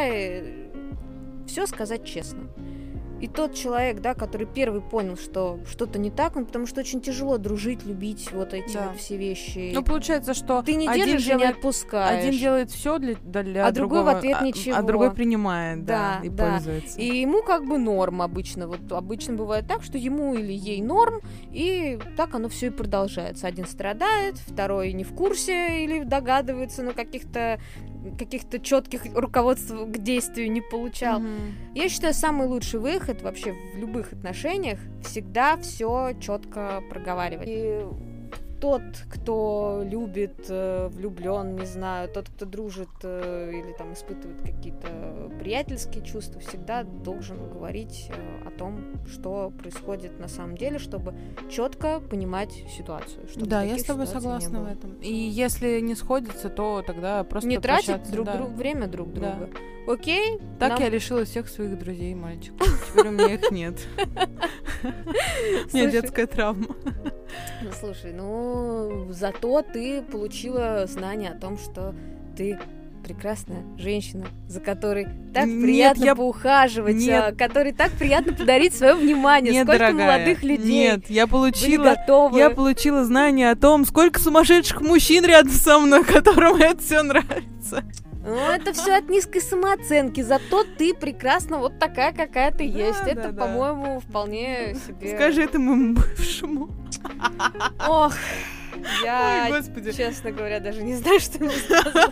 все сказать честно. И тот человек, да, который первый понял, что что-то не так, потому что очень тяжело дружить, любить вот эти вот все вещи. Ну, получается, что ты не держишь и не отпускаешь. Один делает все для а другого, другой в ответ ничего. А другой принимает, да, и пользуется. И ему как бы норм обычно. Вот обычно бывает так, что ему или ей норм, и так оно все и продолжается. Один страдает, второй не в курсе или догадывается, но каких-то четких руководств к действию не получал. Я считаю, самый лучший выход вообще в любых отношениях всегда все четко проговаривать. И тот, кто любит, влюблен, не знаю, тот, кто дружит или там испытывает какие-то приятельские чувства, всегда должен говорить о том, что происходит на самом деле, чтобы четко понимать ситуацию. Да, я с тобой согласна в этом. И если не сходится, то тогда просто не тратить время друг друга. Да. Окей? Так я лишила всех своих друзей, мальчик. Теперь у меня их нет. У меня детская травма. Слушай, ну зато ты получила знание о том, что ты прекрасная женщина, за которой так приятно поухаживать, которой так приятно подарить свое внимание. Нет, сколько дорогая, молодых людей нет, я получила знание о том, сколько сумасшедших мужчин рядом со мной, которым это все нравится. Ну, это все от низкой самооценки, зато ты прекрасна вот такая, какая ты есть. Это, по-моему, вполне себе... Скажи это моему бывшему. Ох, я, честно говоря, даже не знаю, что ему сказать.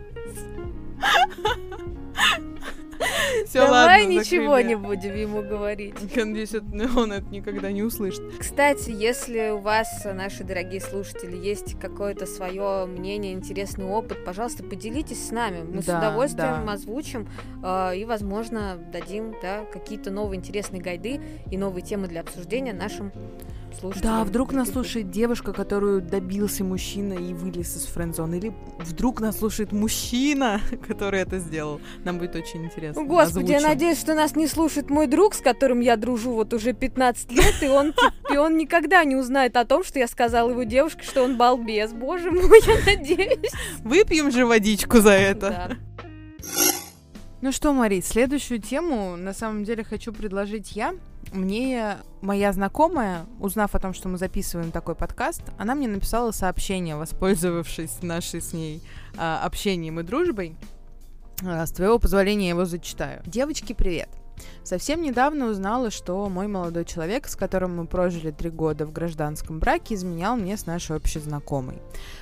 Всё, давай ладно, ничего закрыли. не будем ему говорить. Надеюсь, он это никогда не услышит. Кстати, если у вас, наши дорогие слушатели, есть какое-то свое мнение, интересный опыт, пожалуйста, поделитесь с нами. Мы с удовольствием озвучим и, возможно, дадим какие-то новые интересные гайды и новые темы для обсуждения нашим слушателям. Да, вдруг нас слушает девушка, которую добился мужчина и вылез из френд-зоны. Или вдруг нас слушает мужчина, который это сделал. Нам будет очень интересно. Господи, я надеюсь, что нас не слушает мой друг, с которым я дружу вот уже 15 лет, и он никогда не узнает о том, что я сказала его девушке, что он балбес. Боже мой, я надеюсь. Выпьем же водичку за это. Да. Ну что, Мари, следующую тему на самом деле хочу предложить я. Мне моя знакомая, узнав о том, что мы записываем такой подкаст, она мне написала сообщение, воспользовавшись нашей с ней общением и дружбой. С твоего позволения я его зачитаю. Девочки, привет! Совсем недавно узнала, что мой молодой человек, с которым мы прожили 3 года в гражданском браке, изменял мне с нашей общей знакомой.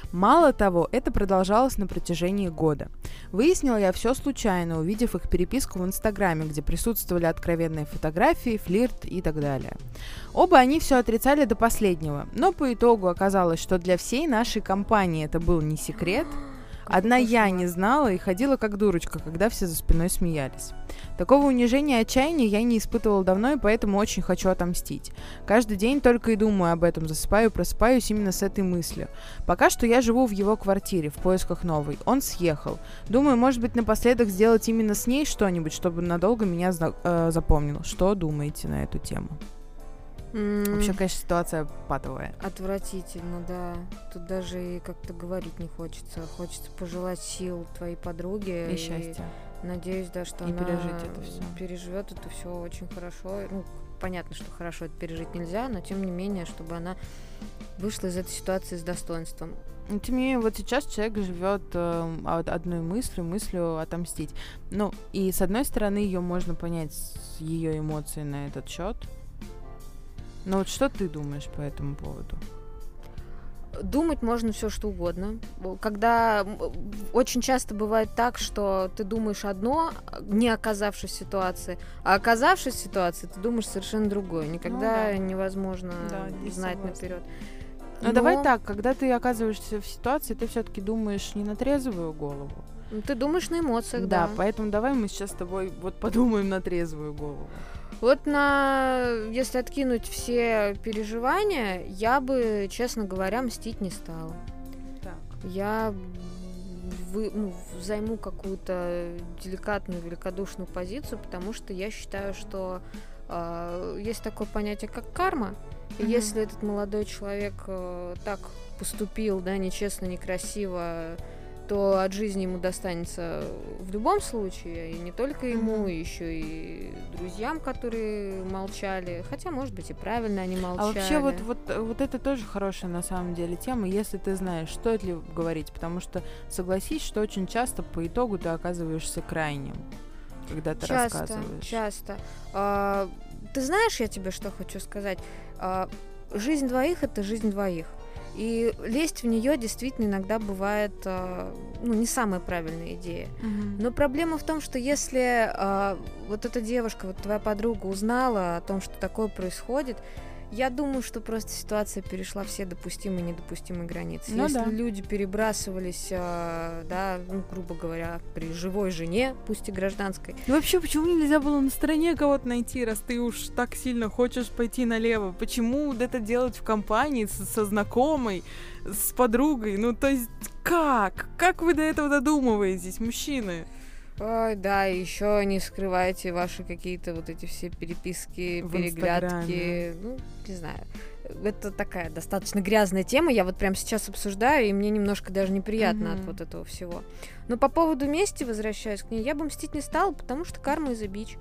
Мало того, это продолжалось на протяжении года. Выяснила я все случайно, увидев их переписку в Инстаграме, где присутствовали откровенные фотографии, флирт и так далее. Оба они все отрицали до последнего, но по итогу оказалось, что для всей нашей компании это был не секрет. Одна я не знала и ходила как дурочка, когда все за спиной смеялись. Такого унижения и отчаяния я не испытывала давно, и поэтому очень хочу отомстить. Каждый день только и думаю об этом, засыпаю и просыпаюсь именно с этой мыслью. Пока что я живу в его квартире, в поисках новой. Он съехал. Думаю, может быть, напоследок сделать именно с ней что-нибудь, чтобы надолго меня запомнил. Что думаете на эту тему? Вообще, конечно, ситуация патовая. Отвратительно, да. Тут даже и как-то говорить не хочется. Хочется пожелать сил твоей подруге. И счастья. Надеюсь, да, что и она переживет это все очень хорошо. Ну, понятно, что хорошо это пережить нельзя, но тем не менее, чтобы она вышла из этой ситуации с достоинством. Тем не менее, вот сейчас человек живет одной мыслью отомстить. Ну, и с одной стороны, ее можно понять, ее эмоции на этот счет. Но вот что ты думаешь по этому поводу? Думать можно все что угодно. Когда очень часто бывает так, что ты думаешь одно, не оказавшись в ситуации, а оказавшись в ситуации, ты думаешь совершенно другое. Никогда невозможно знать наперед. Но давай так, когда ты оказываешься в ситуации, ты все-таки думаешь не на трезвую голову. Ты думаешь на эмоциях, да. Да, поэтому давай мы сейчас с тобой вот подумаем на трезвую голову. Вот если откинуть все переживания, я бы, честно говоря, мстить не стала. Так. Я займу какую-то деликатную, великодушную позицию, потому что я считаю, что есть такое понятие, как карма. И если этот молодой человек так поступил, да, нечестно, некрасиво, то от жизни ему достанется в любом случае, и не только ему, еще и друзьям, которые молчали, хотя, может быть, и правильно они молчали. А вообще вот это тоже хорошая на самом деле тема, если ты знаешь, стоит ли говорить, потому что согласись, что очень часто по итогу ты оказываешься крайним, когда ты рассказываешь. Часто. Ты знаешь, я тебе что хочу сказать? Жизнь двоих — это жизнь двоих. И лезть в нее действительно иногда бывает не самая правильная идея. Но проблема в том, что если вот эта девушка, вот твоя подруга узнала о том, что такое происходит, я думаю, что просто ситуация перешла все допустимые и недопустимые границы. Если люди перебрасывались, грубо говоря, при живой жене, пусть и гражданской. Ну вообще, почему нельзя было на стороне кого-то найти, раз ты уж так сильно хочешь пойти налево? Почему это делать в компании со знакомой, с подругой? Ну, то есть, как? Как вы до этого додумываетесь, мужчины? Ой, да, еще не скрывайте ваши какие-то вот эти все переписки, переглядки. Ну, не знаю. Это такая достаточно грязная тема. Я вот прямо сейчас обсуждаю, и мне немножко даже неприятно от вот этого всего. Но по поводу мести, возвращаясь к ней, я бы мстить не стала, потому что карма is a bitch.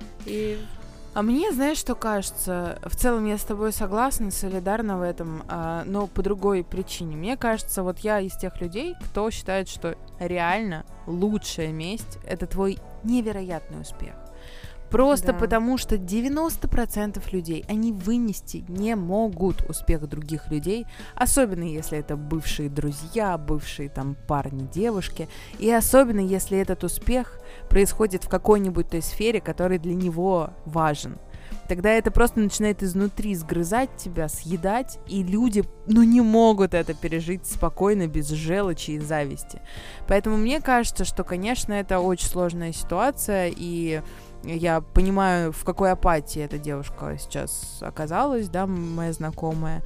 А мне, знаешь, что кажется? В целом я с тобой согласна, солидарна в этом, но по другой причине. Мне кажется, вот я из тех людей, кто считает, что реально лучшая месть — это твой невероятный успех. Просто потому, что 90% людей, они вынести не могут успех других людей, особенно если это бывшие друзья, бывшие там парни, девушки, и особенно если этот успех происходит в какой-нибудь той сфере, которая для него важен. Тогда это просто начинает изнутри сгрызать тебя, съедать, и люди, не могут это пережить спокойно, без желчи и зависти. Поэтому мне кажется, что, конечно, это очень сложная ситуация, и я понимаю, в какой апатии эта девушка сейчас оказалась, да, моя знакомая,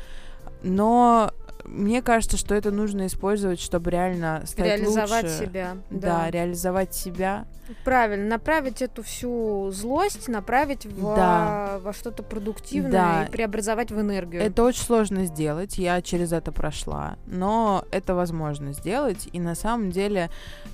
но мне кажется, что это нужно использовать, чтобы реально стать реализовать лучше. Себя. Да, реализовать себя. Правильно, направить эту всю злость, направить во что-то продуктивное и преобразовать в энергию. Это очень сложно сделать, я через это прошла, но это возможно сделать, и на самом деле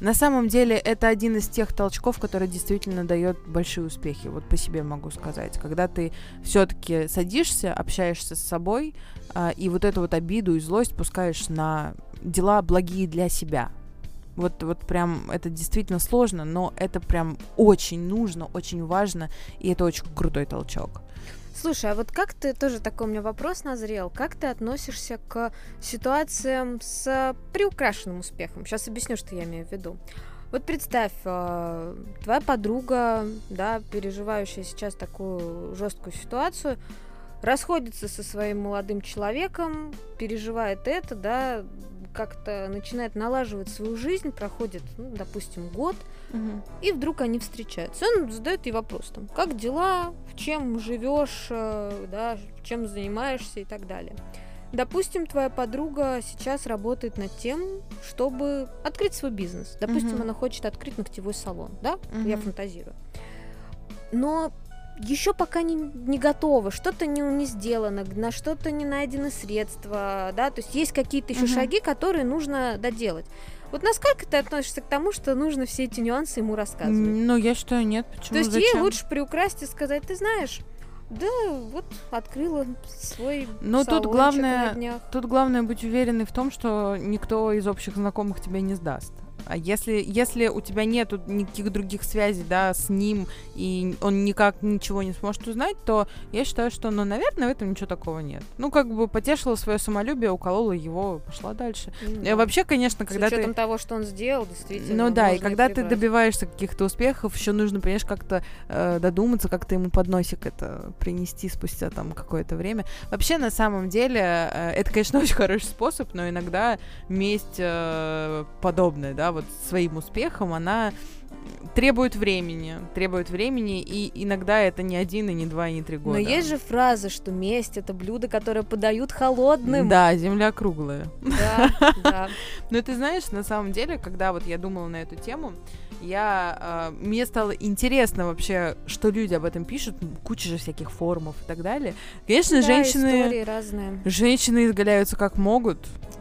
это один из тех толчков, который действительно дает большие успехи, вот по себе могу сказать, когда ты все-таки садишься, общаешься с собой, и вот эту вот обиду и злость пускаешь на дела благие для себя. Вот прям это действительно сложно, но это прям очень нужно, очень важно, и это очень крутой толчок. Слушай, а вот как ты, тоже такой у меня вопрос назрел, как ты относишься к ситуациям с приукрашенным успехом? Сейчас объясню, что я имею в виду. Вот представь, твоя подруга, да, переживающая сейчас такую жесткую ситуацию, расходится со своим молодым человеком, переживает это, да, как-то начинает налаживать свою жизнь, проходит, ну, допустим, год, и вдруг они встречаются. Он задает ей вопрос, там, как дела, в чем живешь, да, чем занимаешься и так далее. Допустим, твоя подруга сейчас работает над тем, чтобы открыть свой бизнес. Допустим, она хочет открыть ногтевой салон, да? Я фантазирую. Но еще пока не готова, что-то не сделано, на что-то не найдены средства, да? То есть есть какие-то еще шаги, которые нужно доделать. Вот насколько ты относишься к тому, что нужно все эти нюансы ему рассказывать? Ну, я считаю, нет. Почему? То есть Зачем? ей лучше приукрасить и сказать, ты знаешь, да, вот открыла свой салончик на днях. Тут главное быть уверенной в том, что никто из общих знакомых тебя не сдаст. А если у тебя нету никаких других связей, да, с ним, и он никак ничего не сможет узнать, то я считаю, что, ну, наверное, в этом ничего такого нет. Ну, как бы потешила свое самолюбие, уколола его, пошла дальше. Вообще, конечно, когда ты... С учетом того, что он сделал, действительно. Ну да, и когда ты добиваешься каких-то успехов, еще нужно, понимаешь, как-то додуматься, как-то ему подносик это принести спустя там какое-то время. Вообще, на самом деле, это, конечно, очень хороший способ, но иногда месть подобная, да, вот своим успехом, она требует времени, и иногда это не 1, и не 2, и не 3 года. Но есть же фраза, что месть — это блюдо, которое подают холодным. Да, земля круглая. Да. Но ты знаешь, на самом деле, когда вот я думала на эту тему, мне стало интересно вообще, что люди об этом пишут, куча же всяких форумов и так далее. Конечно, да, истории разные. Женщины изгаляются как могут.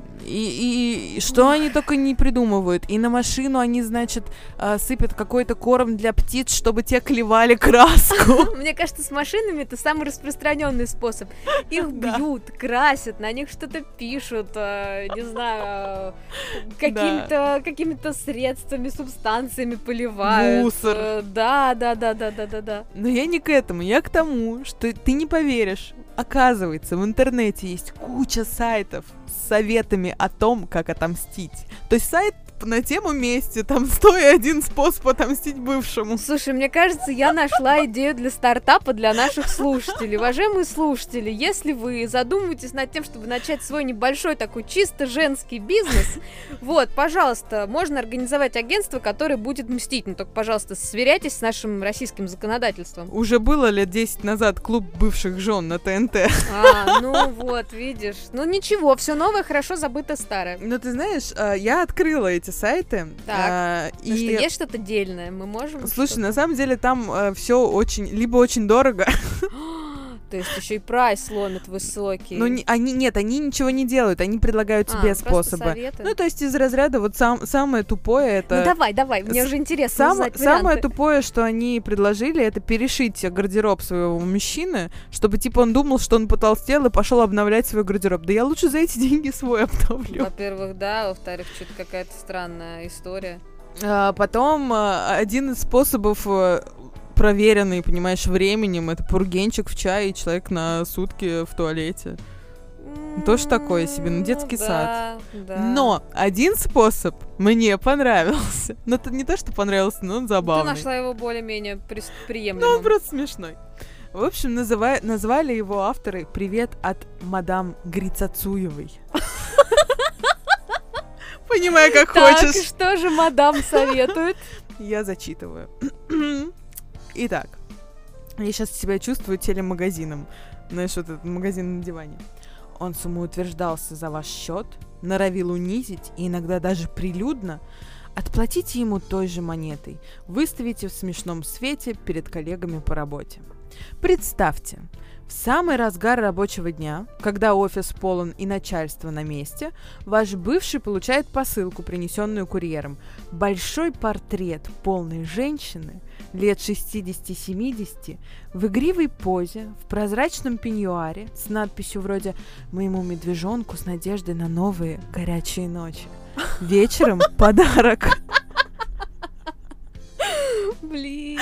И что они только не придумывают. И на машину они, значит, сыпят какой-то корм для птиц, чтобы те клевали краску. Мне кажется, с машинами это самый распространенный способ. Их бьют, красят, на них что-то пишут, не знаю, какими-то средствами, субстанциями поливают. Мусор. Да. Но я не к этому, я к тому, что ты не поверишь. Оказывается, в интернете есть куча сайтов с советами о том, как отомстить. То есть сайт на тему мести, там 101 способ отомстить бывшему. Слушай, мне кажется, я нашла идею для стартапа для наших слушателей. Уважаемые слушатели, если вы задумываетесь над тем, чтобы начать свой небольшой такой чисто женский бизнес, вот, пожалуйста, можно организовать агентство, которое будет мстить. Но только, пожалуйста, сверяйтесь с нашим российским законодательством. Уже было лет 10 назад клуб бывших жен на ТНТ. Ну вот, видишь. Ну ничего, все новое, хорошо забыто старое. Но ты знаешь, я открыла эти сайты. Так, что есть что-то дельное, мы можем... Слушай, на самом деле там все либо очень дорого. То есть еще и прайс ломит высокий. Ну, они ничего не делают, они предлагают тебе способы. Ну, то есть из разряда вот самое тупое это... Ну, давай, мне уже интересно узнать Самое варианты. тупое, что они предложили, это перешить гардероб своего мужчины, чтобы, типа, он думал, что он потолстел и пошел обновлять свой гардероб. Да я лучше за эти деньги свой обновлю. Во-первых, да, во-вторых, что-то какая-то странная история. Потом один из способов... проверенный, понимаешь, временем. Это пургенчик в чае и человек на сутки в туалете. Тоже такое себе, детский сад. Да. Но один способ мне понравился. Но это не то, что понравился, но он забавный. Ты нашла его более-менее приемлемым. Ну, он просто смешной. В общем, назвали его авторы «Привет от мадам Грицацуевой». Понимаю, как хочешь. Так, что же мадам советует? Я зачитываю. Итак, я сейчас себя чувствую телемагазином. Знаешь, вот этот магазин на диване. Он самоутверждался за ваш счет, норовил унизить и иногда даже прилюдно. Отплатите ему той же монетой. Выставите в смешном свете перед коллегами по работе. Представьте, в самый разгар рабочего дня, когда офис полон и начальство на месте, ваш бывший получает посылку, принесенную курьером. Большой портрет полной женщины, лет 60-70, в игривой позе, в прозрачном пеньюаре, с надписью вроде «Моему медвежонку с надеждой на новые горячие ночи». Вечером подарок. Блин. Это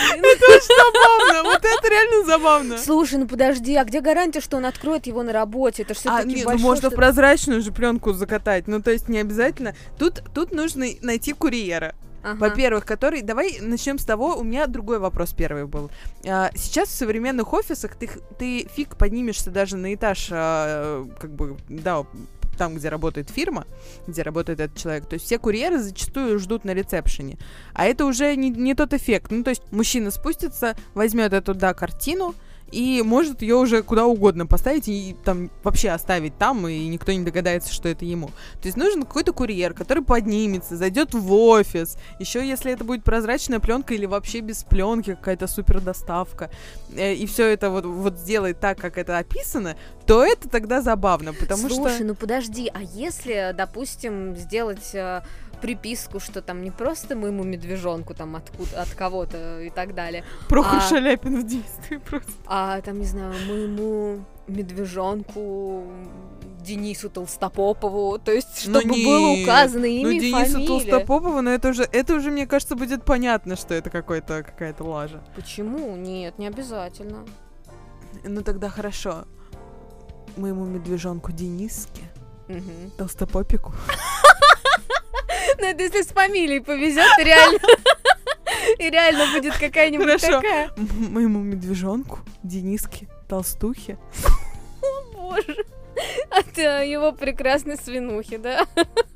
Это очень забавно, вот это реально забавно. Слушай, ну подожди, а где гарантия, что он откроет его на работе? Это ж всё-таки Нет, большое, можно в что-то- прозрачную же пленку закатать. Ну, то есть не обязательно. Тут нужно найти курьера. Ага. Во-первых, который... Давай начнем с того, у меня другой вопрос первый был. Сейчас в современных офисах ты фиг поднимешься даже на этаж, как бы, да, там, где работает фирма, где работает этот человек. То есть все курьеры зачастую ждут на ресепшене. А это уже не тот эффект. Ну, то есть мужчина спустится, возьмет эту, да, картину, и может ее уже куда угодно поставить и там вообще оставить там, и никто не догадается, что это ему. То есть нужен какой-то курьер, который поднимется, зайдет в офис. Еще если это будет прозрачная пленка или вообще без пленки, какая-то супер доставка, и все это вот сделает так, как это описано, то это тогда забавно, потому что... Слушай, ну подожди, а если, допустим, сделать приписку, что там не просто моему медвежонку там от кого-то и так далее, Прохор Шаляпин в действии просто. а там, не знаю, моему медвежонку Денису Толстопопову, то есть чтобы было указано имя и Денису фамилия. Толстопову, но это уже, мне кажется, будет понятно, что это какая-то лажа. Почему? Нет, не обязательно. Ну тогда хорошо. Моему медвежонку Дениске, Мгм. Толстопопику. Ну это если с фамилией повезет, и реально будет какая-нибудь Хорошо. такая. Моему медвежонку Дениске Толстухе. О, боже. От его прекрасной свинухи, да?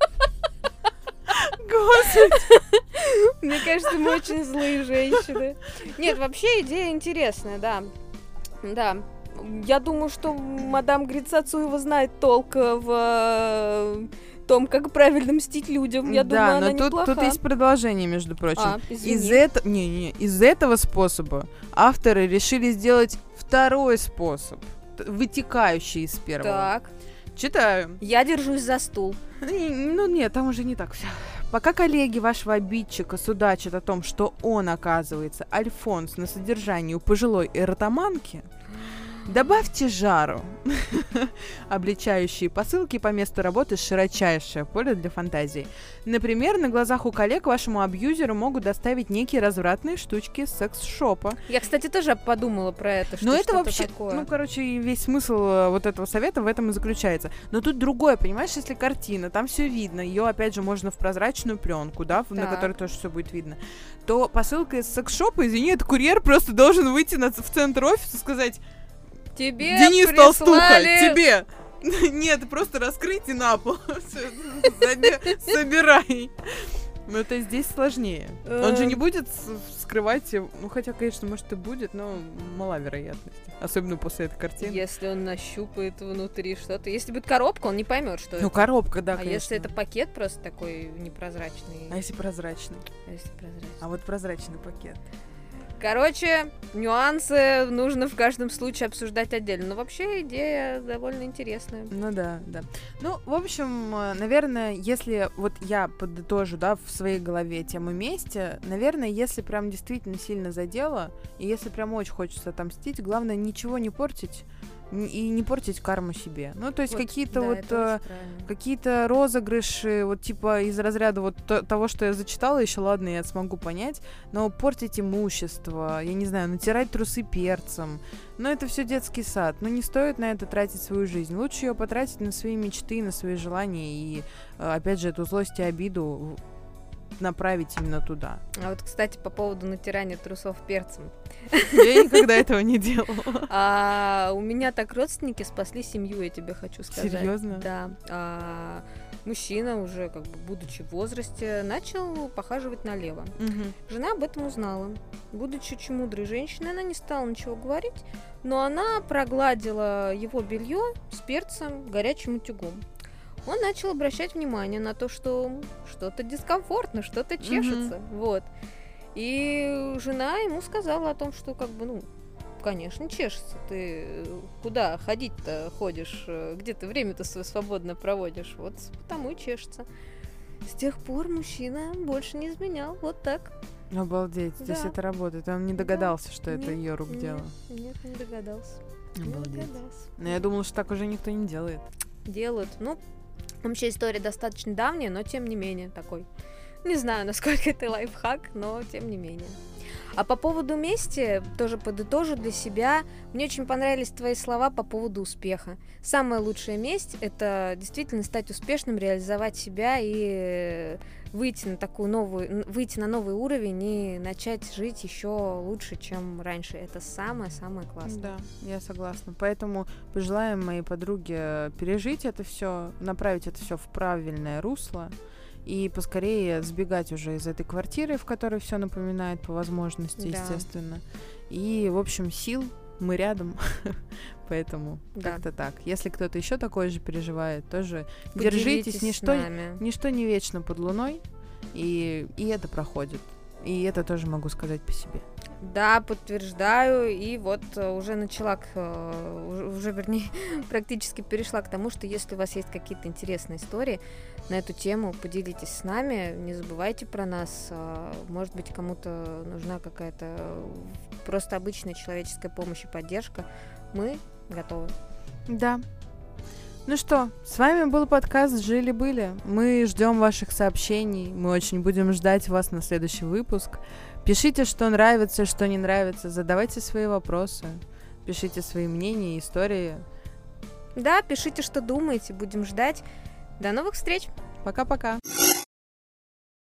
Господи. Мне кажется, мы очень злые женщины. Нет, вообще идея интересная, да. Да. Я думаю, что мадам Грицацуева знает толк в том, как правильно мстить людям. Я думаю, она но неплоха. тут есть продолжение, между прочим. Извини. Из этого способа авторы решили сделать второй способ, вытекающий из первого. Так, Читаю. я держусь за стул. Ну нет, там уже не так все. Пока коллеги вашего обидчика судачат о том, что он, оказывается, Альфонс на содержании у пожилой эротоманки, добавьте жару. Обличающие посылки по месту работы — широчайшее поле для фантазии. Например, на глазах у коллег вашему абьюзеру могут доставить некие развратные штучки с секс-шопа. Я, кстати, тоже подумала про это, что Но это что-то вообще, такое. ну, короче, и весь смысл вот этого совета в этом и заключается. Но тут другое, понимаешь, если картина, там все видно, ее, опять же, можно в прозрачную пленку, да, на Так. которой тоже все будет видно, то посылка из секс-шопа, извини, это курьер просто должен выйти в центр офиса и сказать: Тебе Денис Толстуха, прислали... тебе! Нет, просто раскрыть и на пол. Собирай. Ну, то есть здесь сложнее. Он же не будет скрывать, ну, хотя, конечно, может и будет, но мала вероятность. Особенно после этой картины. Если он нащупает внутри что-то. Если будет коробка, он не поймет, что Ну, это. коробка, да, А конечно. если это пакет просто такой непрозрачный? А если прозрачный? А если прозрачный? А вот прозрачный пакет. Короче, нюансы нужно в каждом случае обсуждать отдельно. Но вообще идея довольно интересная. Ну да, да. Ну, в общем, наверное, если вот я подытожу, да, в своей голове тему мести, наверное, если прям действительно сильно задело, и если прям очень хочется отомстить, главное ничего не портить и не портить карму себе. Ну, то есть Вот, какие-то да, вот... это очень правильно. Какие-то розыгрыши, вот типа из разряда вот того, что я зачитала, еще ладно, я смогу понять, но портить имущество, я не знаю, натирать трусы перцем, ну это все детский сад, ну не стоит на это тратить свою жизнь, лучше ее потратить на свои мечты, на свои желания и, опять же, эту злость и обиду направить именно туда. А вот, кстати, по поводу натирания трусов перцем. Я никогда этого не делала. У меня так родственники спасли семью, я тебе хочу сказать. Серьезно? Да. Мужчина уже, как бы, будучи в возрасте, начал похаживать налево. Жена об этом узнала. Будучи очень мудрой женщиной, она не стала ничего говорить, но она прогладила его белье с перцем горячим утюгом. Он начал обращать внимание на то, что что-то дискомфортно, что-то чешется. Вот. И жена ему сказала о том, что, как бы, ну, конечно, чешется. Ты куда ходить-то ходишь? Где ты время-то свое свободно проводишь? Вот потому и чешется. С тех пор мужчина больше не изменял. Вот так. Обалдеть, здесь Да. это работает. Он не догадался, что это Нет, ее рук дело. Нет, не догадался. Не Обалдеть. догадался. Но я думала, что так уже никто не делает. Делают. Ну, вообще история достаточно давняя, но тем не менее такой. Не знаю, насколько это лайфхак, но тем не менее. А по поводу мести, тоже подытожу для себя, мне очень понравились твои слова по поводу успеха. Самая лучшая месть — это действительно стать успешным, реализовать себя и выйти на новый уровень и начать жить еще лучше, чем раньше. Это самое-самое классное. Да, я согласна. Поэтому пожелаем моей подруге пережить это все, направить это все в правильное русло и поскорее сбегать уже из этой квартиры, в которой все напоминает по возможности, Да. естественно. И, в общем, сил мы рядом, поэтому Да. как-то так. Если кто-то еще такое же переживает, тоже Поделитесь держитесь, с ничто нами. не вечно под луной, и это проходит. И это тоже могу сказать по себе. Да, подтверждаю, и вот уже вернее, практически перешла к тому, что если у вас есть какие-то интересные истории на эту тему, поделитесь с нами, не забывайте про нас, может быть, кому-то нужна какая-то просто обычная человеческая помощь и поддержка, мы готовы. Да. Ну что, с вами был подкаст «Жили-были». Мы ждем ваших сообщений, мы очень будем ждать вас на следующий выпуск. Пишите, что нравится, что не нравится, задавайте свои вопросы, пишите свои мнения, истории. Да, пишите, что думаете, будем ждать. До новых встреч! Пока-пока.